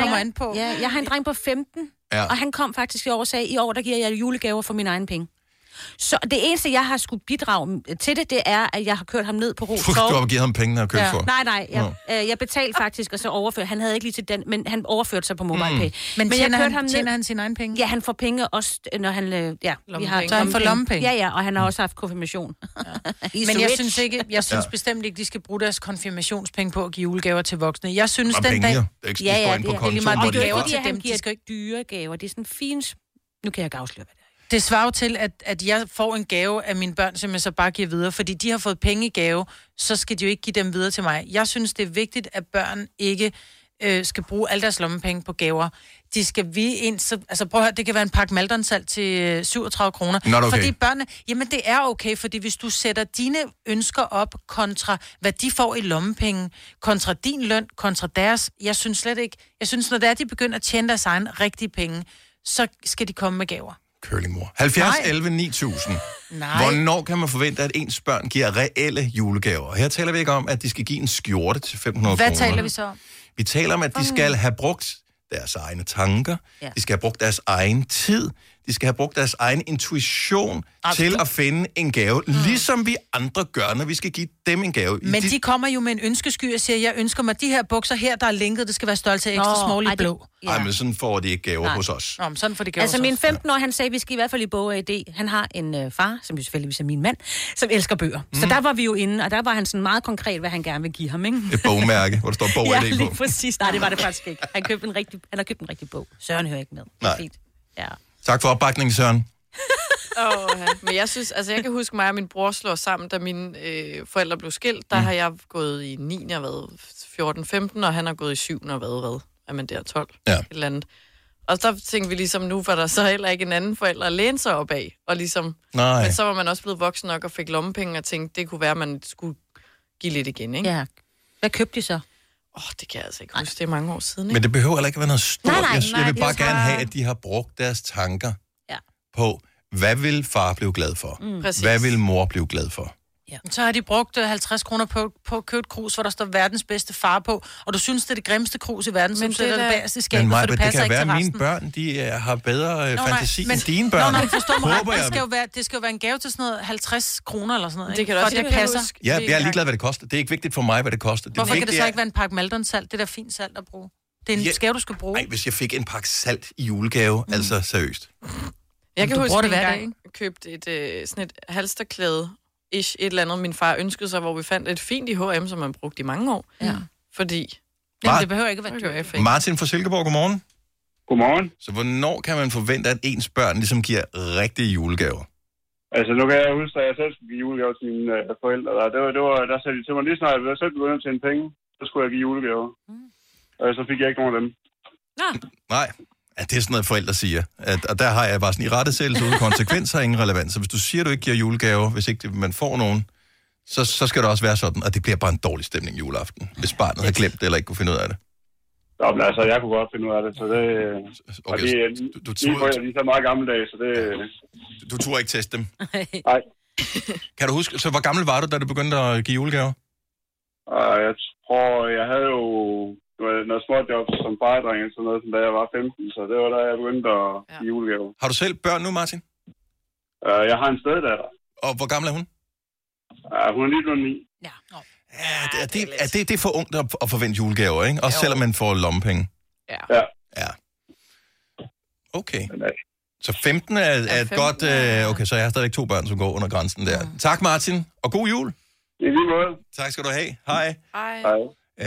har en dreng på 15, og han kom faktisk i år og sagde, i år, der giver jeg julegaver for mine egne penge. Så det eneste, jeg har skulle bidrage til det er, at jeg har kørt ham ned på Ros Torv. Du har givet ham pengene at købe for? Nej. Jeg betalte faktisk, og så overførte. Han havde ikke lige til den, men han overførte sig på MobilePay. Men tjener han sine egne penge? Ja, han får penge også, når han... Så han får lommepenge? Ja, og han har også haft konfirmation. Men jeg synes bestemt ikke, de skal bruge deres konfirmationspenge på at give julegaver til voksne. Jeg synes, den dag... Det er lige meget gaver til dem. De skal ikke dyre gaver. Det er sådan fint... Nu kan jeg ikke afsløre, hvad det er. Det svarer til, at jeg får en gave af mine børn, som jeg så bare giver videre. Fordi de har fået penge i gave, så skal de jo ikke give dem videre til mig. Jeg synes, det er vigtigt, at børn ikke skal bruge alle deres lommepenge på gaver. De skal altså prøv at høre, det kan være en pakke Maldonsalt til 37 kroner. Okay. Fordi børnene, jamen det er okay, fordi hvis du sætter dine ønsker op kontra, hvad de får i lommepenge, kontra din løn, kontra deres, jeg synes slet ikke, når det er, de begynder at tjene deres egen rigtige penge, så skal de komme med gaver. Curlingmor. 70, 11, 9000. Hvornår kan man forvente, at ens børn giver reelle julegaver? Her taler vi ikke om, at de skal give en skjorte til 500 kroner. Hvad taler vi så om? Vi taler om, at de skal have brugt deres egne tanker. Ja. De skal have brugt deres egen tid. De skal have brugt deres egen intuition til at finde en gave. Ligesom vi andre gør, når vi skal give dem en gave. Men de kommer jo med en ønskesky og siger, jeg ønsker mig de her bukser her, der er linket, det skal være størrelse ekstra small i blå. Nej, men sådan får de ikke gaver hos os. Nå, men sådan får de gaver altså min 15-år, han sagde, vi skal i hvert fald i bog AD. Han har en far, som jo selvfølgelig er min mand, som elsker bøger. Så der var vi jo inde, og der var han sådan meget konkret, hvad han gerne vil give ham, ikke? Et bogmærke, hvor der står bog AD på. Ja, lige præcis. Nej, det var det faktisk ikke. Han har købt en rigtig bog. Søren hører ikke med. Nej. Fint. Ja. Tak for opbakningen, Søren. Men jeg synes, altså jeg kan huske mig og min bror slår sammen, da mine forældre blev skilt. Der har jeg gået i 9. og været 14-15, og han har gået i 7. og været er man der 12? Ja. Et eller andet. Og så tænkte vi ligesom, nu var der så heller ikke en anden forælder at læne sig op af. Og ligesom, men så var man også blevet voksen nok og fik lommepenge og tænkte, det kunne være, at man skulle give lidt igen, ikke? Ja. Hvad købte de så? Det kan jeg altså ikke huske. Det er mange år siden, ikke? Men det behøver heller ikke at være noget stort. Nej, jeg vil bare gerne have, at de har brugt deres tanker på, hvad vil far blive glad for? Hvad vil mor blive glad for? Ja. Så har de brugt 50 kroner på at købe et krus, hvor der står verdens bedste far på, og du synes, det er det grimmeste krus i verden, som sætter det bagerst i skabet, for det passer ikke til resten. Men det kan være, at mine børn, de har bedre fantasi end dine børn. Forstår mig, det skal jo være en gave til sådan noget 50 kroner eller sådan noget. Det kan også det passer. Ja, jeg er ligeglad, hvad det koster. Det er ikke vigtigt for mig, hvad det koster. Hvorfor kan det så ikke være en pakke Maldonsalt? Det er da fint salt at bruge. Det er en gave, du skal bruge. Nej, hvis jeg fik en pakke salt i julegave, altså seriøst. Jeg kan huske, at jeg købte sådan et halsterklæde, et eller andet, min far ønskede sig, hvor vi fandt et fint i H&M, som man brugte i mange år. Ja. Fordi... det behøver ikke at være dyrt. Martin fra Silkeborg, godmorgen. Godmorgen. Så hvornår kan man forvente, at ens børn ligesom giver rigtige julegaver? Altså, nu kan jeg huske, at jeg selv skulle give julegaver til mine forældre. Der sagde de til mig lige snart, at jeg selv begyndte at tjene penge, så skulle jeg give julegaver. Og så fik jeg ikke nogen af dem. Nej. Ja, det er sådan noget, forældre siger. Og der har jeg bare sådan i rettesættelse uden konsekvens har ingen relevans. Så hvis du siger, at du ikke giver julegaver, hvis ikke man får nogen, så skal det også være sådan, og det bliver bare en dårlig stemning juleaften, hvis barnet har glemt det eller ikke kunne finde ud af det. Ja, men altså, jeg kunne godt finde ud af det, så det... Okay, de er så meget gammeldags, så det... Du turde ikke teste dem? Nej. Kan du huske, så hvor gammel var du, da du begyndte at give julegaver? Jeg tror, jeg havde jo noget småjob som fardreng, sådan noget, som da jeg var 15, så det var da jeg begyndte at give julegaver. Har du selv børn nu, Martin? Jeg har en steddatter. Og hvor gammel er hun? Hun er lige blevet 9. Det er for ungt at forvente julegaver, ikke? Også selvom man får lommepenge. Ja. Okay. Så 15 er et godt... Okay, så jeg har stadig 2 børn, som går under grænsen der. Tak, Martin, og god jul. I lige måde. Tak skal du have. Hej. Hej.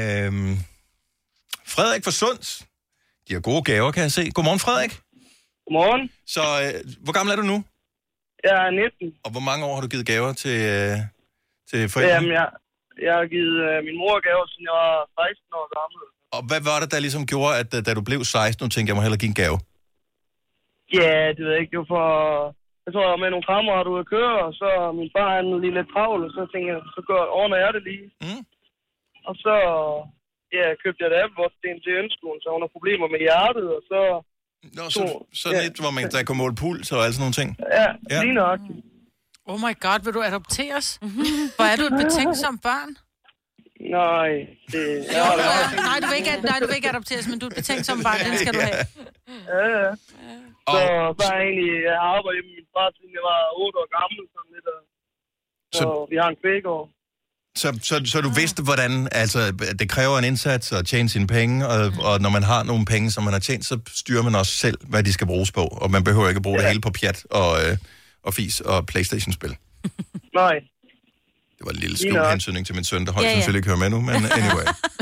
Frederik fra Sunds. De har gode gaver, kan jeg se. Godmorgen, Frederik. Godmorgen. Så hvor gammel er du nu? Jeg er 19. Og hvor mange år har du givet gaver til forældrene? Jamen, jeg har givet min mor gaver, siden jeg var 16 år gammel. Og hvad var det, der ligesom gjorde, at da du blev 16, nu tænkte jeg må hellere give en gave? Ja, det ved jeg ikke. Det var for... Jeg tror, jeg var med nogle kammerater ude at køre, og så min far han lige lidt travl, og så tænkte jeg, så ordner jeg det lige. Mm. Og så købte jeg et Apple Watch til ønskolen, så hun har problemer med hjertet, og så... Nå, så lidt, hvor man der kunne måle puls og alle sådan nogle ting? Ja, lige nok. Oh my god, vil du adopteres? Hvor er du et betænksomt barn? Nej, det... Nej, du vil ikke adopteres, men du er et betænksomt barn, den skal du have. Ja. Så er jeg egentlig, jeg har arbejdet med min far, siden jeg var 8 år gammel, sådan lidt, så vi har en kvækår. Så du vidste, hvordan, altså, det kræver en indsats at tjene sine penge, og når man har nogle penge, som man har tjent, så styrer man også selv, hvad de skal bruges på, og man behøver ikke at bruge det hele på pjat og fis og PlayStation-spil. Nej. Det var en lille skjult hensynning til min søn, der højst sandsynligt ikke hører med nu, men anyway.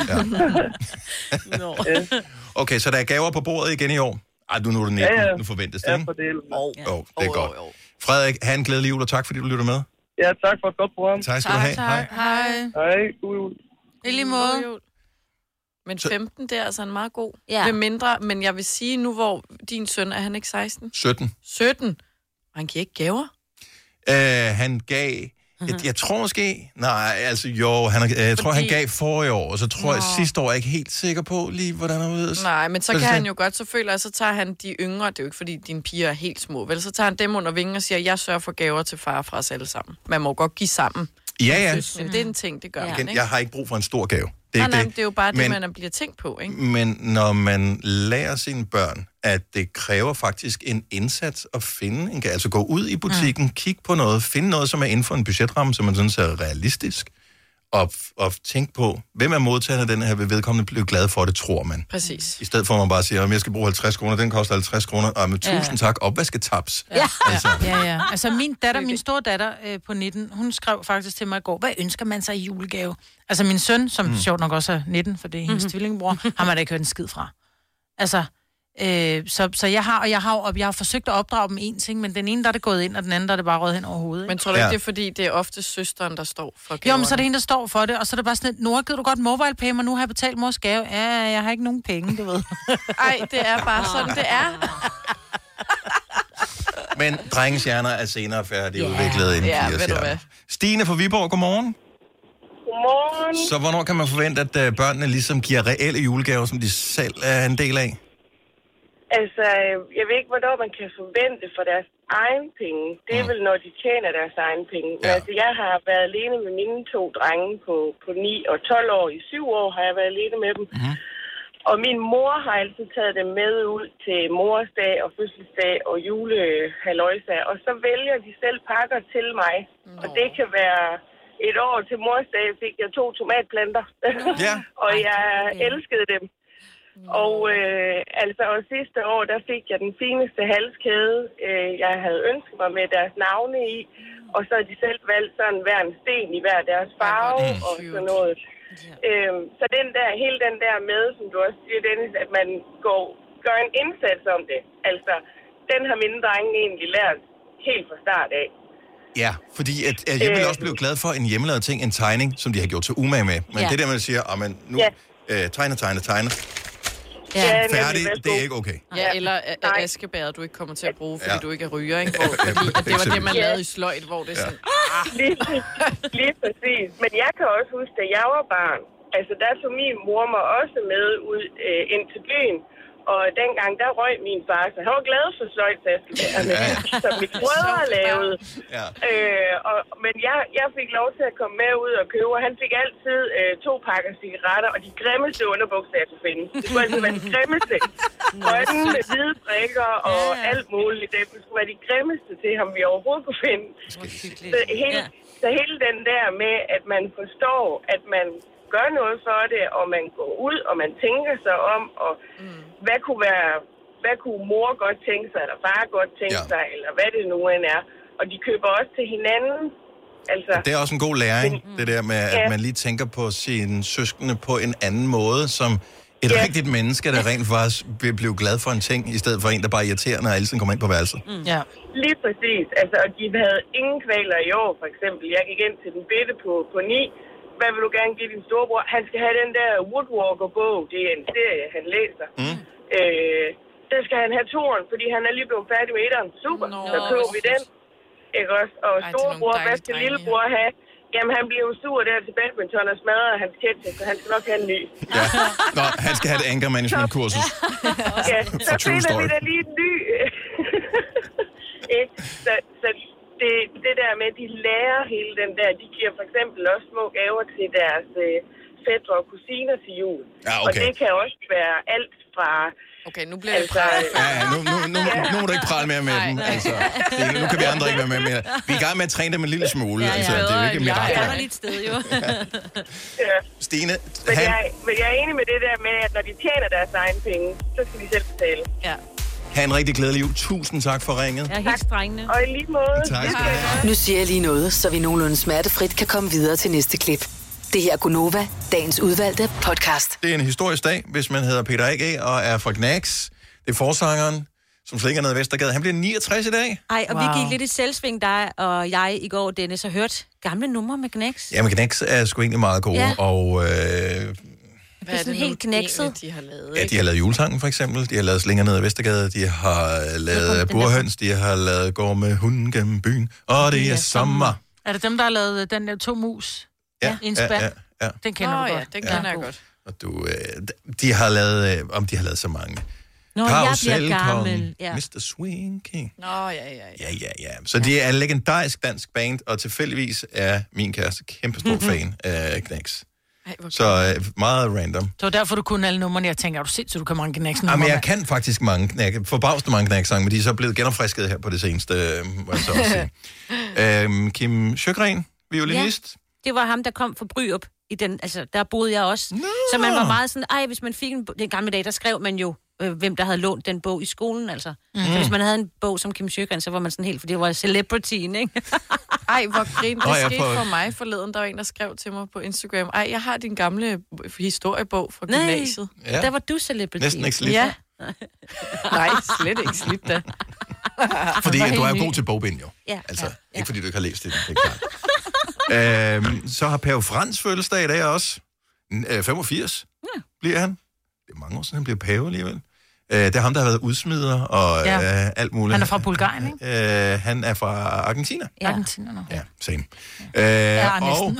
Ja. Okay, så der er gaver på bordet igen i år. Ej, nu er det 19. Nu forventes det, ikke? Det er godt. Frederik, have en glædelig jul, og tak fordi du lytter med. Ja, tak for et godt program. Tak skal du have. Hej. Hej, god jul. I lige måde. Men 15, det er altså en meget god. Ja. Mindre, men jeg vil sige nu, hvor din søn, er han ikke 16? 17. 17? Han giver ikke gaver? Han gav... Jeg tror måske... Nej, altså jo, jeg tror, han gav forrige år, og så tror jeg sidste år, jeg er ikke helt sikker på lige, hvordan han ved. Nej, men så kan han jo godt, så føler jeg, så tager han de yngre, det er jo ikke, fordi dine piger er helt små, vel? Så tager han dem under vingen og siger, jeg sørger for gaver til far fra os alle sammen. Man må godt give sammen. Ja. Men det er en ting, det gør man, ikke? Jeg har ikke brug for en stor gave. Det er jo bare det, man bliver tænkt på, ikke? Men når man lærer sine børn, at det kræver faktisk en indsats at finde en gave, altså gå ud i butikken, kigge på noget, finde noget, som er inden for en budgetramme, som man synes er realistisk, og tænke på, hvem er modtageren af den her, vil vedkommende blive glad for det, tror man. Præcis. I stedet for, at man bare siger, at jeg skal bruge 50 kroner, den koster 50 kroner, og med 1000 tak, opvasketaps. Ja. Altså min store datter på 19, hun skrev faktisk til mig i går, hvad ønsker man sig i julegave? Altså min søn, som sjovt nok også er 19, for det er hendes tvillingbror, har man da ikke hørt en skid fra. Altså, så jeg har forsøgt at opdrage dem en ting, men den ene, der er det gået ind, og den anden, der er det bare røget hen over hovedet. Ikke? Men tror du ikke, det er fordi, det er ofte søsteren, der står for gaverne? Jo, men så er det hende, der står for det, og så er det bare sådan et, Nora, gider du godt mobile pay mig? Nu har jeg betalt mors gave. Ja, jeg har ikke nogen penge, du ved. Ej, det er bare sådan, det er. Men drengens hjerner er senere færdige udviklet end pigers hjerner. Stine fra Viborg, godmorgen. Godmorgen. Så hvornår kan man forvente, at børnene ligesom giver reelle julegaver, som de selv er en del af? Altså, jeg ved ikke, hvornår man kan forvente for deres egen penge. Det er vel, når de tjener deres egen penge. Ja. Altså, jeg har været alene med mine 2 drenge på 9 og 12 år. I 7 år har jeg været alene med dem. Mm-hmm. Og min mor har altid taget dem med ud til morsdag og fødselsdag og julehaløjsa. Og så vælger de selv pakker til mig. Og det kan være... Et år til morsdag fik jeg 2 tomatplanter. Og jeg elskede dem. Og og sidste år, der fik jeg den fineste halskæde, jeg havde ønsket mig med deres navne i. Og så har de selv valgt sådan hver en sten i hver deres farve og sådan noget. Så hele den der med, som du også siger, Dennis, at man gør en indsats om det. Altså, den har mine drenge egentlig lært helt fra start af. Ja, fordi jeg vil også blive glad for en hjemmelavet ting, en tegning, som de har gjort til umage med. Men det der, man siger, nu tegne. Ja, færdig, det er ikke okay. Ja, eller askebæret, du ikke kommer til at bruge, fordi du ikke er ryger, ikke? Fordi det var det, man lavede i sløjt, hvor det er sådan... Lige præcis. Men jeg kan også huske, da jeg var barn, altså der tog min mor mig også med ud ind til byen, og dengang, der røg min far, så han var glad for sløjtaskebærene, som mit brødre lavede. Ja. Men jeg fik lov til at komme med ud og købe, og han fik altid 2 pakker cigaretter, og de grimmeste underbukser, jeg kunne finde. Det skulle altid være de grimmeste. Grønne med hvide prikker og alt muligt. Det skulle være de grimmeste til ham, vi overhovedet kunne finde. Så hele den der med, at man forstår, at man gør noget for det, og man går ud, og man tænker sig om, og hvad kunne mor godt tænke sig, eller far godt tænke sig, eller hvad det nu end er. Og de køber også til hinanden. Altså, det er også en god læring, det der med, at man lige tænker på sine søskende på en anden måde, som et rigtigt menneske, der rent faktisk vil blive glad for en ting, i stedet for en, der bare er irriterende og altid kommer ind på værelset. Ja. Lige præcis. Altså, og de havde ingen kvaler i år, for eksempel. Jeg gik ind til den bitte på 9. Hvad vil du gerne give din storebror? Han skal have den der Woodwalker-bog. Det er en serie, han læser. Der skal han have 2'eren, fordi han er lige blevet færdig med 1'eren. Super, så køber vi den. Ikke også? Og storebror, hvad skal lillebror have? Jamen, han bliver jo sur der til badminton og smadrer hans ketchup, så han skal nok have en ny. Ja. Nå, han skal have et anger management-kursus. Ja, så finder vi da lige en ny. Så det der med, at de lærer hele den der, de giver for eksempel også små gaver til deres fætre og kusiner til jul. Ja, okay. Og det kan også være alt fra... Okay, nu bliver det pralet. Nu må du ikke prale mere med dem. Altså, nu kan vi andre ikke være med mere. Vi er i gang med at træne dem en lille smule. Ja, ja. Altså, det er jo ikke et mirakel. Jeg er lidt sted, jo. Stine, men jeg er enig med det der med, at når de tjener deres egne penge, så skal de selv betale. Ja. Ha' en rigtig glædelig jul. Tusind tak for ringet. Jeg er helt strengende. Og i lige måde. Tak. Nu siger jeg lige noget, så vi nogenlunde smertefrit kan komme videre til næste klip. Det her er Gunova, dagens udvalgte podcast. Det er en historisk dag, hvis man hedder Peter A.G. og er fra Gnags. Det er forsangeren, som slet ikke er nede i Vestergade. Han bliver 69 i dag. Ej, og vi gik lidt i selvsving, dig og jeg i går, Dennis, og hørte gamle numre med Gnags. Ja, men Gnags er sgu egentlig meget gode. Ja. Og hvad er det helt knækset? De har lavet, ja, de har lavet Julesangen, for eksempel. De har lavet Slinger ned i Vestergade. De har lavet Burhøns. De har lavet Går med hunden gennem byen. Og det er sommer. Er det dem, der har lavet den der 2 mus? Ja, en spand? Ja. Den kender du godt. Ja, den kender jeg godt. Og de har lavet, de har lavet så mange. Nå, jeg bliver gammel. Ja. Mr. Swing King. Nå, ja. Så de er en legendarisk dansk band, og tilfældigvis er min kæreste kæmpestor fan af Gnags. Så meget random. Det var derfor, du kunne alle numrene. Jeg tænker, er du sindssygt, du kan mange Gnags-numre? Jamen, jeg kan faktisk mange forbavsende mange Gnags-sange, men de er så blevet genopfrisket her på det seneste, må jeg så også sige. Kim Sjøgren, violinist. Ja, det var ham, der kom fra Bryrup. I den, altså, der boede jeg også. No. Så man var meget sådan, hvis man fik den gamle dag, der skrev man jo, hvem der havde lånt den bog i skolen, altså. Så hvis man havde en bog som Kim Sjøgren, så var man sådan helt, for det var celebrity, ikke? Ej, hvor grin. Det skete for mig forleden. Der var en, der skrev til mig på Instagram, jeg har din gamle historiebog fra gymnasiet. Ja. Der var du celebrity. Næsten ikke slidt. Ja. Nej, slet ikke slidt da. Fordi du er god til bogbind, jo. Ja. Altså, ikke fordi du ikke har læst det er klart. Så har Pave Frans fødselsdag i dag også. 85 bliver han. Det er mange år siden, han bliver pave alligevel. Det er ham, der har været udsmider og alt muligt. Han er fra Bulgarien, ikke? Han er fra Argentina. Ja. Argentina, nå. Ja, same. Næsten.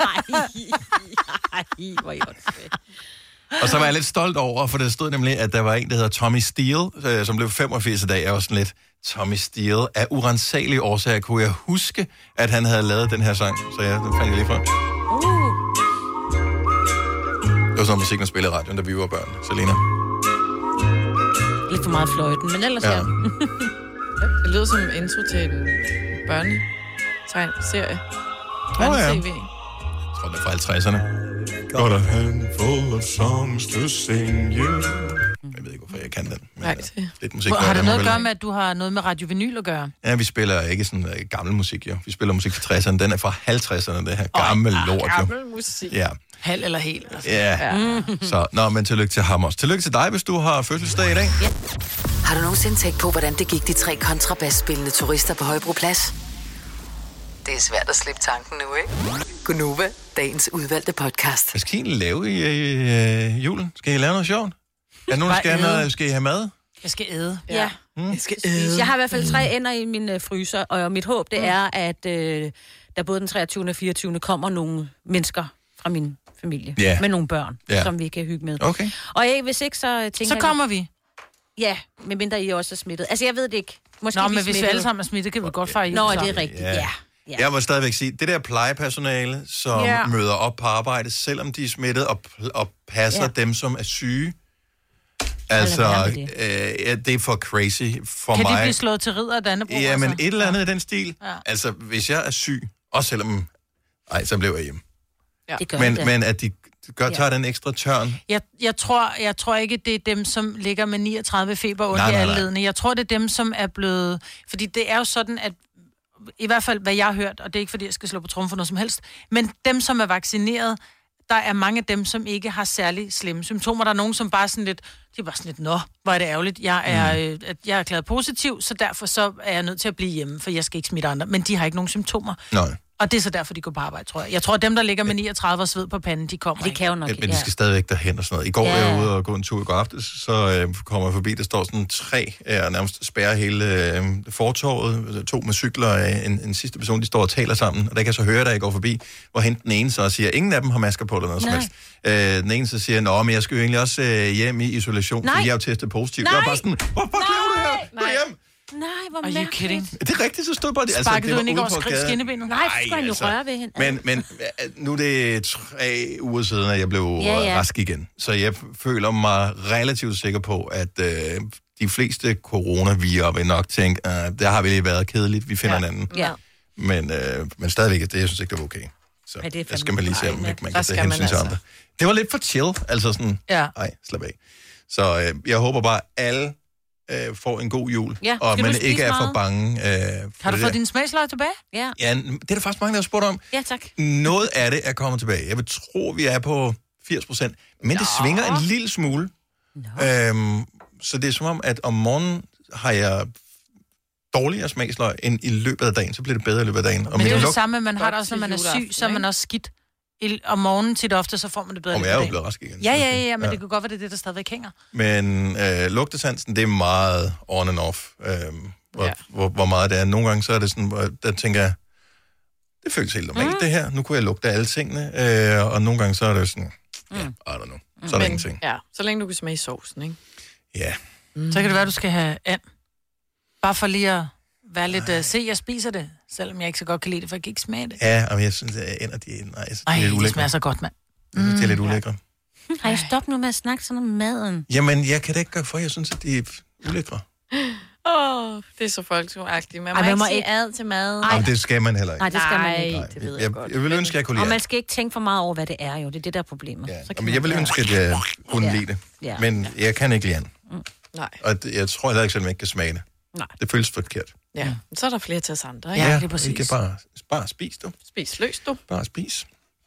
Og så var jeg lidt stolt over, for det stod nemlig, at der var en, der hedder Tommy Steele, som blev 85 i dag. Jeg var sådan lidt, Tommy Steele. Af uransagelige årsager kunne jeg huske, at han havde lavet den her sang. Så den fandt jeg lige frem. Det var sådan musik, der spillede i radioen, da vi var børn. Selena. Lidt for meget fløjten, men ellers Det lyder som intro til en børnetegn-serie. Børne-tv. Jeg tror, det er fra 50'erne. Got a handful of songs to sing you. Jeg ved ikke, hvorfor jeg kan den. Men lidt musik. Har det noget at gøre med, at du har noget med Radio Vinyl at gøre? Ja, vi spiller ikke sådan gammel musik, jo. Vi spiller musik fra 60'erne. Den er fra 50'erne, det her gammel lort, jo. Gammel musik. Ja. Halv eller helt. Altså. Så, men tillykke til ham også. Tillykke til dig, hvis du har fødselsdag i dag. Ja. Har du nogensinde tænkt på, hvordan det gik de 3 kontrabasspillende turister på Højbroplads? Det er svært at slippe tanken nu, ikke? Gunova, dagens udvalgte podcast. Hvad skal I lave i julen? Skal I lave noget sjovt? Er nogen, skal I have mad? Jeg skal æde. Ja. Jeg skal æde. Jeg har i hvert fald 3 ender i min fryser, og mit håb, det er, at der både den 23. og 24. kommer nogle mennesker fra min familie. Med nogle børn, som vi kan hygge med. Okay. Og hvis ikke, så tænker så kommer vi. Ja, medmindre I også er smittet. Altså, jeg ved det ikke. Måske men hvis vi alle sammen er smittet, kan vi godt fejre jul. Nå, det er rigtigt, ja. Jeg må stadigvæk sige, det der plejepersonale, som møder op på arbejde, selvom de er smittet, og passer dem, som er syge. Altså, det er for crazy for mig. Kan de blive slået til ridder af Dannebrog? Ja, men et eller andet i den stil. Ja. Altså, hvis jeg er syg, også selvom... Nej, så blev jeg hjemme. Ja. Men at de tager den ekstra tørn. Jeg tror ikke, det er dem, som ligger med 39 feber under i alle ledene. Jeg tror, det er dem, som er blevet... Fordi det er jo sådan, at i hvert fald, hvad jeg har hørt, og det er ikke fordi, jeg skal slå på trummen for noget som helst, men dem, som er vaccineret, der er mange af dem, som ikke har særlig slemme symptomer. Der er nogen, som bare sådan lidt, de er bare sådan lidt, nå, hvor er det ærgerligt. Jeg er erklæret positiv, så derfor så er jeg nødt til at blive hjemme, for jeg skal ikke smitte andre. Men de har ikke nogen symptomer. Nej. Og det er så derfor, de går på arbejde, tror jeg. Jeg tror, at dem, der ligger med 39 sved på panden, de kommer ikke. De kan jo nok ikke. Men de skal stadigvæk derhen og sådan noget. I går var jeg ude og gå en tur i går aftes, så kommer jeg forbi, der står sådan 3, nærmest spærrer hele fortorvet, 2 med cykler og en sidste person, de står og taler sammen, og der kan jeg så høre, da jeg går forbi, hvor hen den ene så siger, ingen af dem har masker på eller noget som helst. Den ene så siger, nå, men jeg skal jo egentlig også hjem i isolation, fordi jeg er jo testet positivt. Jeg er bare sådan, hvorfor lever du her? Gå hjem! Nej, hvor mærkeligt. Are you kidding? Det er rigtigt, så stod bare det. Sparkede du hende ikke over skinnebenet? Nej, så skulle han jo røre ved hende. Men nu er det 3 uger siden, at jeg blev rask igen. Så jeg føler mig relativt sikker på, at de fleste coronavirus vil nok tænke, der har vi lige været kedeligt, vi finder en anden. Ja. Men stadigvæk, det jeg synes ikke, det var okay. Så der skal man lige se, om man kan tage hensyn til andre. Det var lidt for chill, altså sådan, slap af. Så jeg håber bare, alle får en god jul, og man ikke er for bange. Har du fået dine smagsløg tilbage? Ja. Ja, det er der faktisk mange, der har spurgt om. Ja, tak. Noget af det er kommet tilbage. Jeg vil tro, vi er på 80%, men det svinger en lille smule. Så det er som om, at om morgenen har jeg dårligere smagsløg end i løbet af dagen, så bliver det bedre i løbet af dagen. Og men det er jo det samme, man har det også, når man er syg, så er man også skidt. Om morgenen tit ofte, så får man det bedre. Og jeg er jo blevet rask igen. Ja, men det kan godt være, det er det, der stadigvæk hænger. Men lugtesansen, det er meget on and off. Hvor meget det er. Nogle gange, så er det sådan, der tænker jeg, det føles helt normalt, det her. Nu kunne jeg lugte alle tingene. Og nogle gange, så er det sådan, I don't know. Så er der ingenting. Ja, så længe du kan smage sovsen, ikke? Ja. Så kan det være, du skal have and. Bare for lige at være lidt, se, jeg spiser det, selvom jeg ikke så godt kan lide det, for jeg kan ikke smage det. Ja, men jeg synes, at ender de er lidt ulækre. Det smager så godt, mand. Det er lidt ulækre. Har I stoppet nu med at snakke sådan om maden? Jamen, jeg kan da ikke gøre for, jeg synes, at de er ulækre. Det er så folkeskoleagtigt. Man må ikke sige ad til mad. Jamen, det skal man heller ikke. Nej, det skal man ikke. Det ved jeg godt. Jeg vil ønske, at jeg kunne lide. Og man skal ikke tænke for meget over, hvad det er jo. Det er det, der er problemet. Ja. Men jeg vil ønske, at jeg kunne lide det. Ja. Men jeg kan ikke lide andet. Nej. Og jeg tror heller ikke, at man ikke kan smage det. Nej. Det føles forkert. Ja, så er der flere til os andre, ikke? Ja, det er præcis. Ikke bare spis, du. Spis løs, du. Bare spis.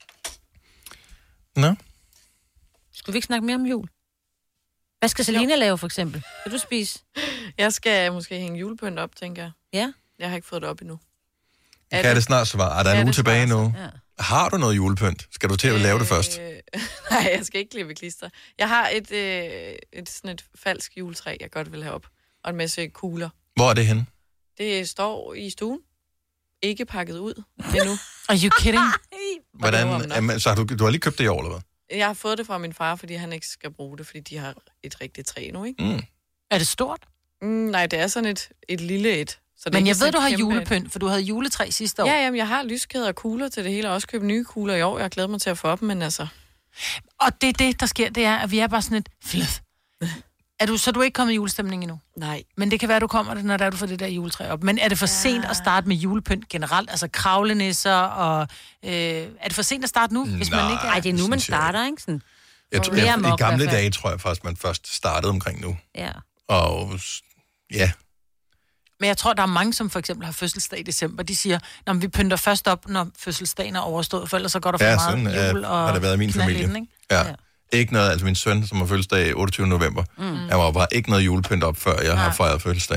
Nå. Skulle vi ikke snakke mere om jul? Hvad skal Selina lave, for eksempel? Vil du spise? Jeg skal måske hænge julepynt op, tænker jeg. Ja? Jeg har ikke fået det op endnu. Kan det snart svare? Der er en uge tilbage nu. Ja. Har du noget julepynt? Skal du til at lave det først? Nej, jeg skal ikke klippe klister. Jeg har sådan et falsk juletræ, jeg godt vil have op. Og en masse kugler. Hvor er det henne? Det står i stuen. Ikke pakket ud endnu. Are you kidding? Hvordan? Så du har lige købt det i år, eller hvad? Jeg har fået det fra min far, fordi han ikke skal bruge det, fordi de har et rigtigt træ nu, ikke? Er det stort? Nej, det er sådan et lille et. Så men jeg ved, du har julepynt, for du havde juletræ sidste år. Ja, jamen, jeg har lyskæder og kugler til det hele, og også købt nye kugler i år. Jeg glæder mig til at få op, men altså... Og det, der sker, det er, at vi er bare sådan et fluff. Så er du ikke kommet i julestemning endnu? Nej. Men det kan være, du kommer det, når du får det der juletræ op. Men er det for sent at starte med julepynt generelt? Altså kravlenisser og... er det for sent at starte nu, hvis man ikke er... Nej, det er nu, man starter, ikke? Sådan. I gamle dage tror jeg faktisk, man først startede omkring nu. Ja. Og ja... Men jeg tror, der er mange, som for eksempel har fødselsdag i december. De siger, at vi pynter først op, når fødselsdagen er overstået, for ellers så går der for meget jul og har det været min familie. Inden, ja. Ikke noget, altså min søn, som har fødselsdag 28. november, han var bare ikke noget julepynt op, før jeg har fejret fødselsdag.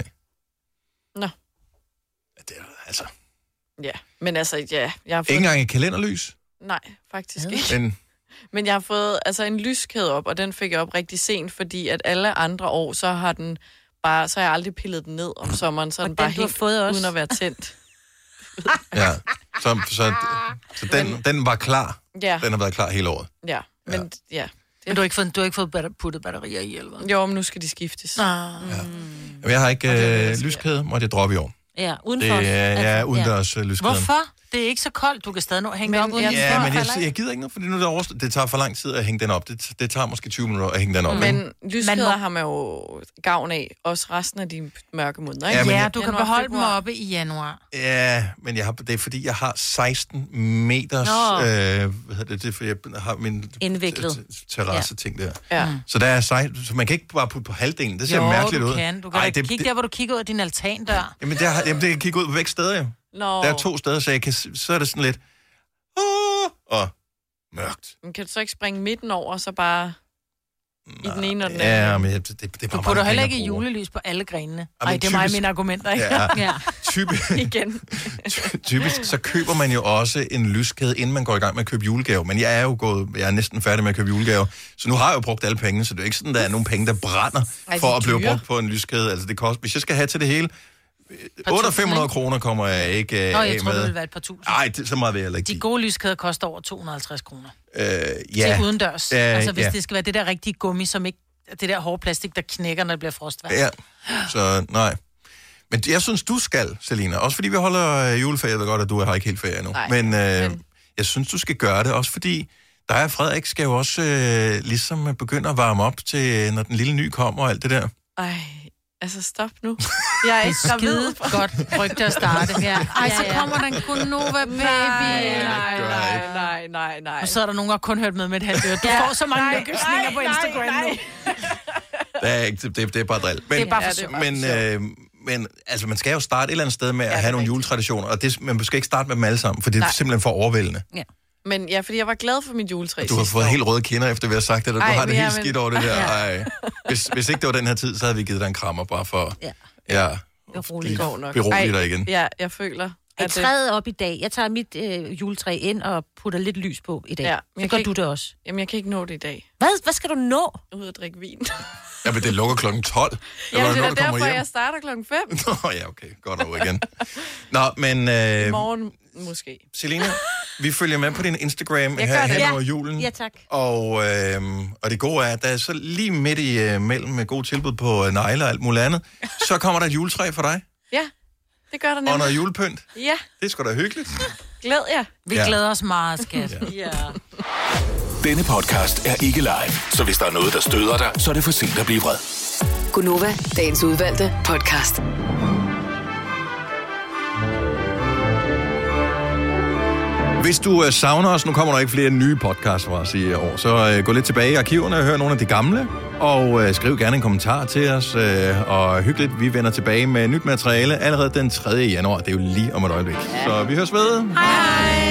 Nå. Det er altså... Ja, men altså, ja... Jeg har fået... Ikke engang et kalenderlys? Nej, faktisk ikke. Men jeg har fået en lyskæde op, og den fik jeg op rigtig sent, fordi at alle andre år, så har jeg aldrig pillet den ned om sommeren, så er den bare helt uden at være tændt. Ja, så den var klar. Ja. Den har været klar hele året. Ja, men ja. Men du har ikke fået puttet batterier i, eller hvad? Jo, men nu skal de skiftes. Ja. Jeg har ikke lyskæde, måtte jeg droppe i år. Ja, udenfor. Det er udendørs lyskæden. Hvorfor? Det er ikke så koldt. Du kan stadig nå hænge op uden. Ja, men jeg gider ikke noget, fordi nu er det overstået. Det tager for lang tid at hænge den op. Det tager måske 20 minutter at hænge den op. Men lyskæder har man jo gavn af, også resten af de mørke måneder, ikke? Ja, du kan beholde dem oppe i januar. Ja, men det er fordi, jeg har 16 meters... det er fordi, jeg har min terrasse-ting der. Ja. Så der er så man kan ikke bare putte på halvdelen. Det ser mærkeligt ud. Du kan kigge der, hvor du kigger ud af din altandør. Jamen, det kan kigge ud på væk steder, jo. Der er 2 steder, så er det sådan lidt... og mørkt. Men kan du så ikke springe midten over, så bare... I den ene og den anden. Ja, men det er bare du putter heller ikke julelys på alle grenene. Ej, det er mig mine argumenter, ikke? Ja. Igen. Typisk, så køber man jo også en lyskæde, inden man går i gang med at købe julegave. Men jeg er næsten færdig med at købe julegave. Så nu har jeg jo brugt alle pengene, så det er ikke sådan, der er nogle penge, der brænder for at blive brugt på en lyskæde. Altså, det koster, hvis jeg skal have til det hele, 800-500 kroner kommer jeg ikke af med. Jeg tror, det vil være et par tusind. Nej, så meget vil jeg ikke. De gode lyskæder koster over 250 kroner. Ja. Til udendørs. Altså, hvis det skal være det der rigtige gummi, som ikke... Det der hårde plastik, der knækker, når det bliver frostvejr. Ja, så nej. Men jeg synes, du skal, Selina. Også fordi vi holder juleferie. Jeg ved godt, at du har ikke helt ferie nu. Men jeg synes, du skal gøre det. Også fordi dig og Frederik skal jo også ligesom begynde at varme op til, når den lille ny kommer og alt det der. Ej, altså stop nu. Jeg er ikke skide godt rygte at starte her. Ej, så kommer den Gunova baby. Nej. Og så er der nogen, der kun hørt med et halvt øre. Du får så mange lykkersninger på Instagram nu. Det er ikke, det er bare drill. Det er bare for men altså, man skal jo starte et eller andet sted med at have nogle juletraditioner, og man skal ikke starte med dem alle sammen, for det er simpelthen for overvældende. Ja. Men ja, fordi jeg var glad for mit juletræ. Og du har fået helt røde kinder, efter vi har sagt det, og du har det helt skidt over det der. Ej. Hvis ikke det var den her tid, så havde vi givet dig en krammer, bare for berolige dig igen. Ja, jeg føler... Et træet op i dag. Jeg tager mit juletræ ind og putter lidt lys på i dag. Ja, så gør du det også. Jamen, jeg kan ikke nå det i dag. Hvad skal du nå? Ud at drikke vin. Ja, men det lukker klokken 12. Ja, det er derfor, jeg starter klokken 5. Nå, ja, okay. Godt over igen. Nå, men... I morgen måske. Selina, vi følger med på din Instagram her over julen. Ja, tak. Og det gode er, at der er så lige midt i mellem med gode tilbud på negle og alt muligt andet, så kommer der et juletræ for dig. Ja. Det gør der nemlig. Og noget julepynt. Ja. Det er sgu da hyggeligt. Glæd jer. Vi glæder os meget, skat. Ja. Denne podcast er ikke live, så hvis der er noget, der støder dig, så er det for sent at blive vred. Gunova, dagens udvalgte podcast. Hvis du savner os, nu kommer der ikke flere nye podcasts fra os i år, så gå lidt tilbage i arkiverne og hør nogle af de gamle, og skriv gerne en kommentar til os, og hyggeligt, vi vender tilbage med nyt materiale allerede den 3. januar. Det er jo lige om et øjeblik. Så vi høres ved. Hej.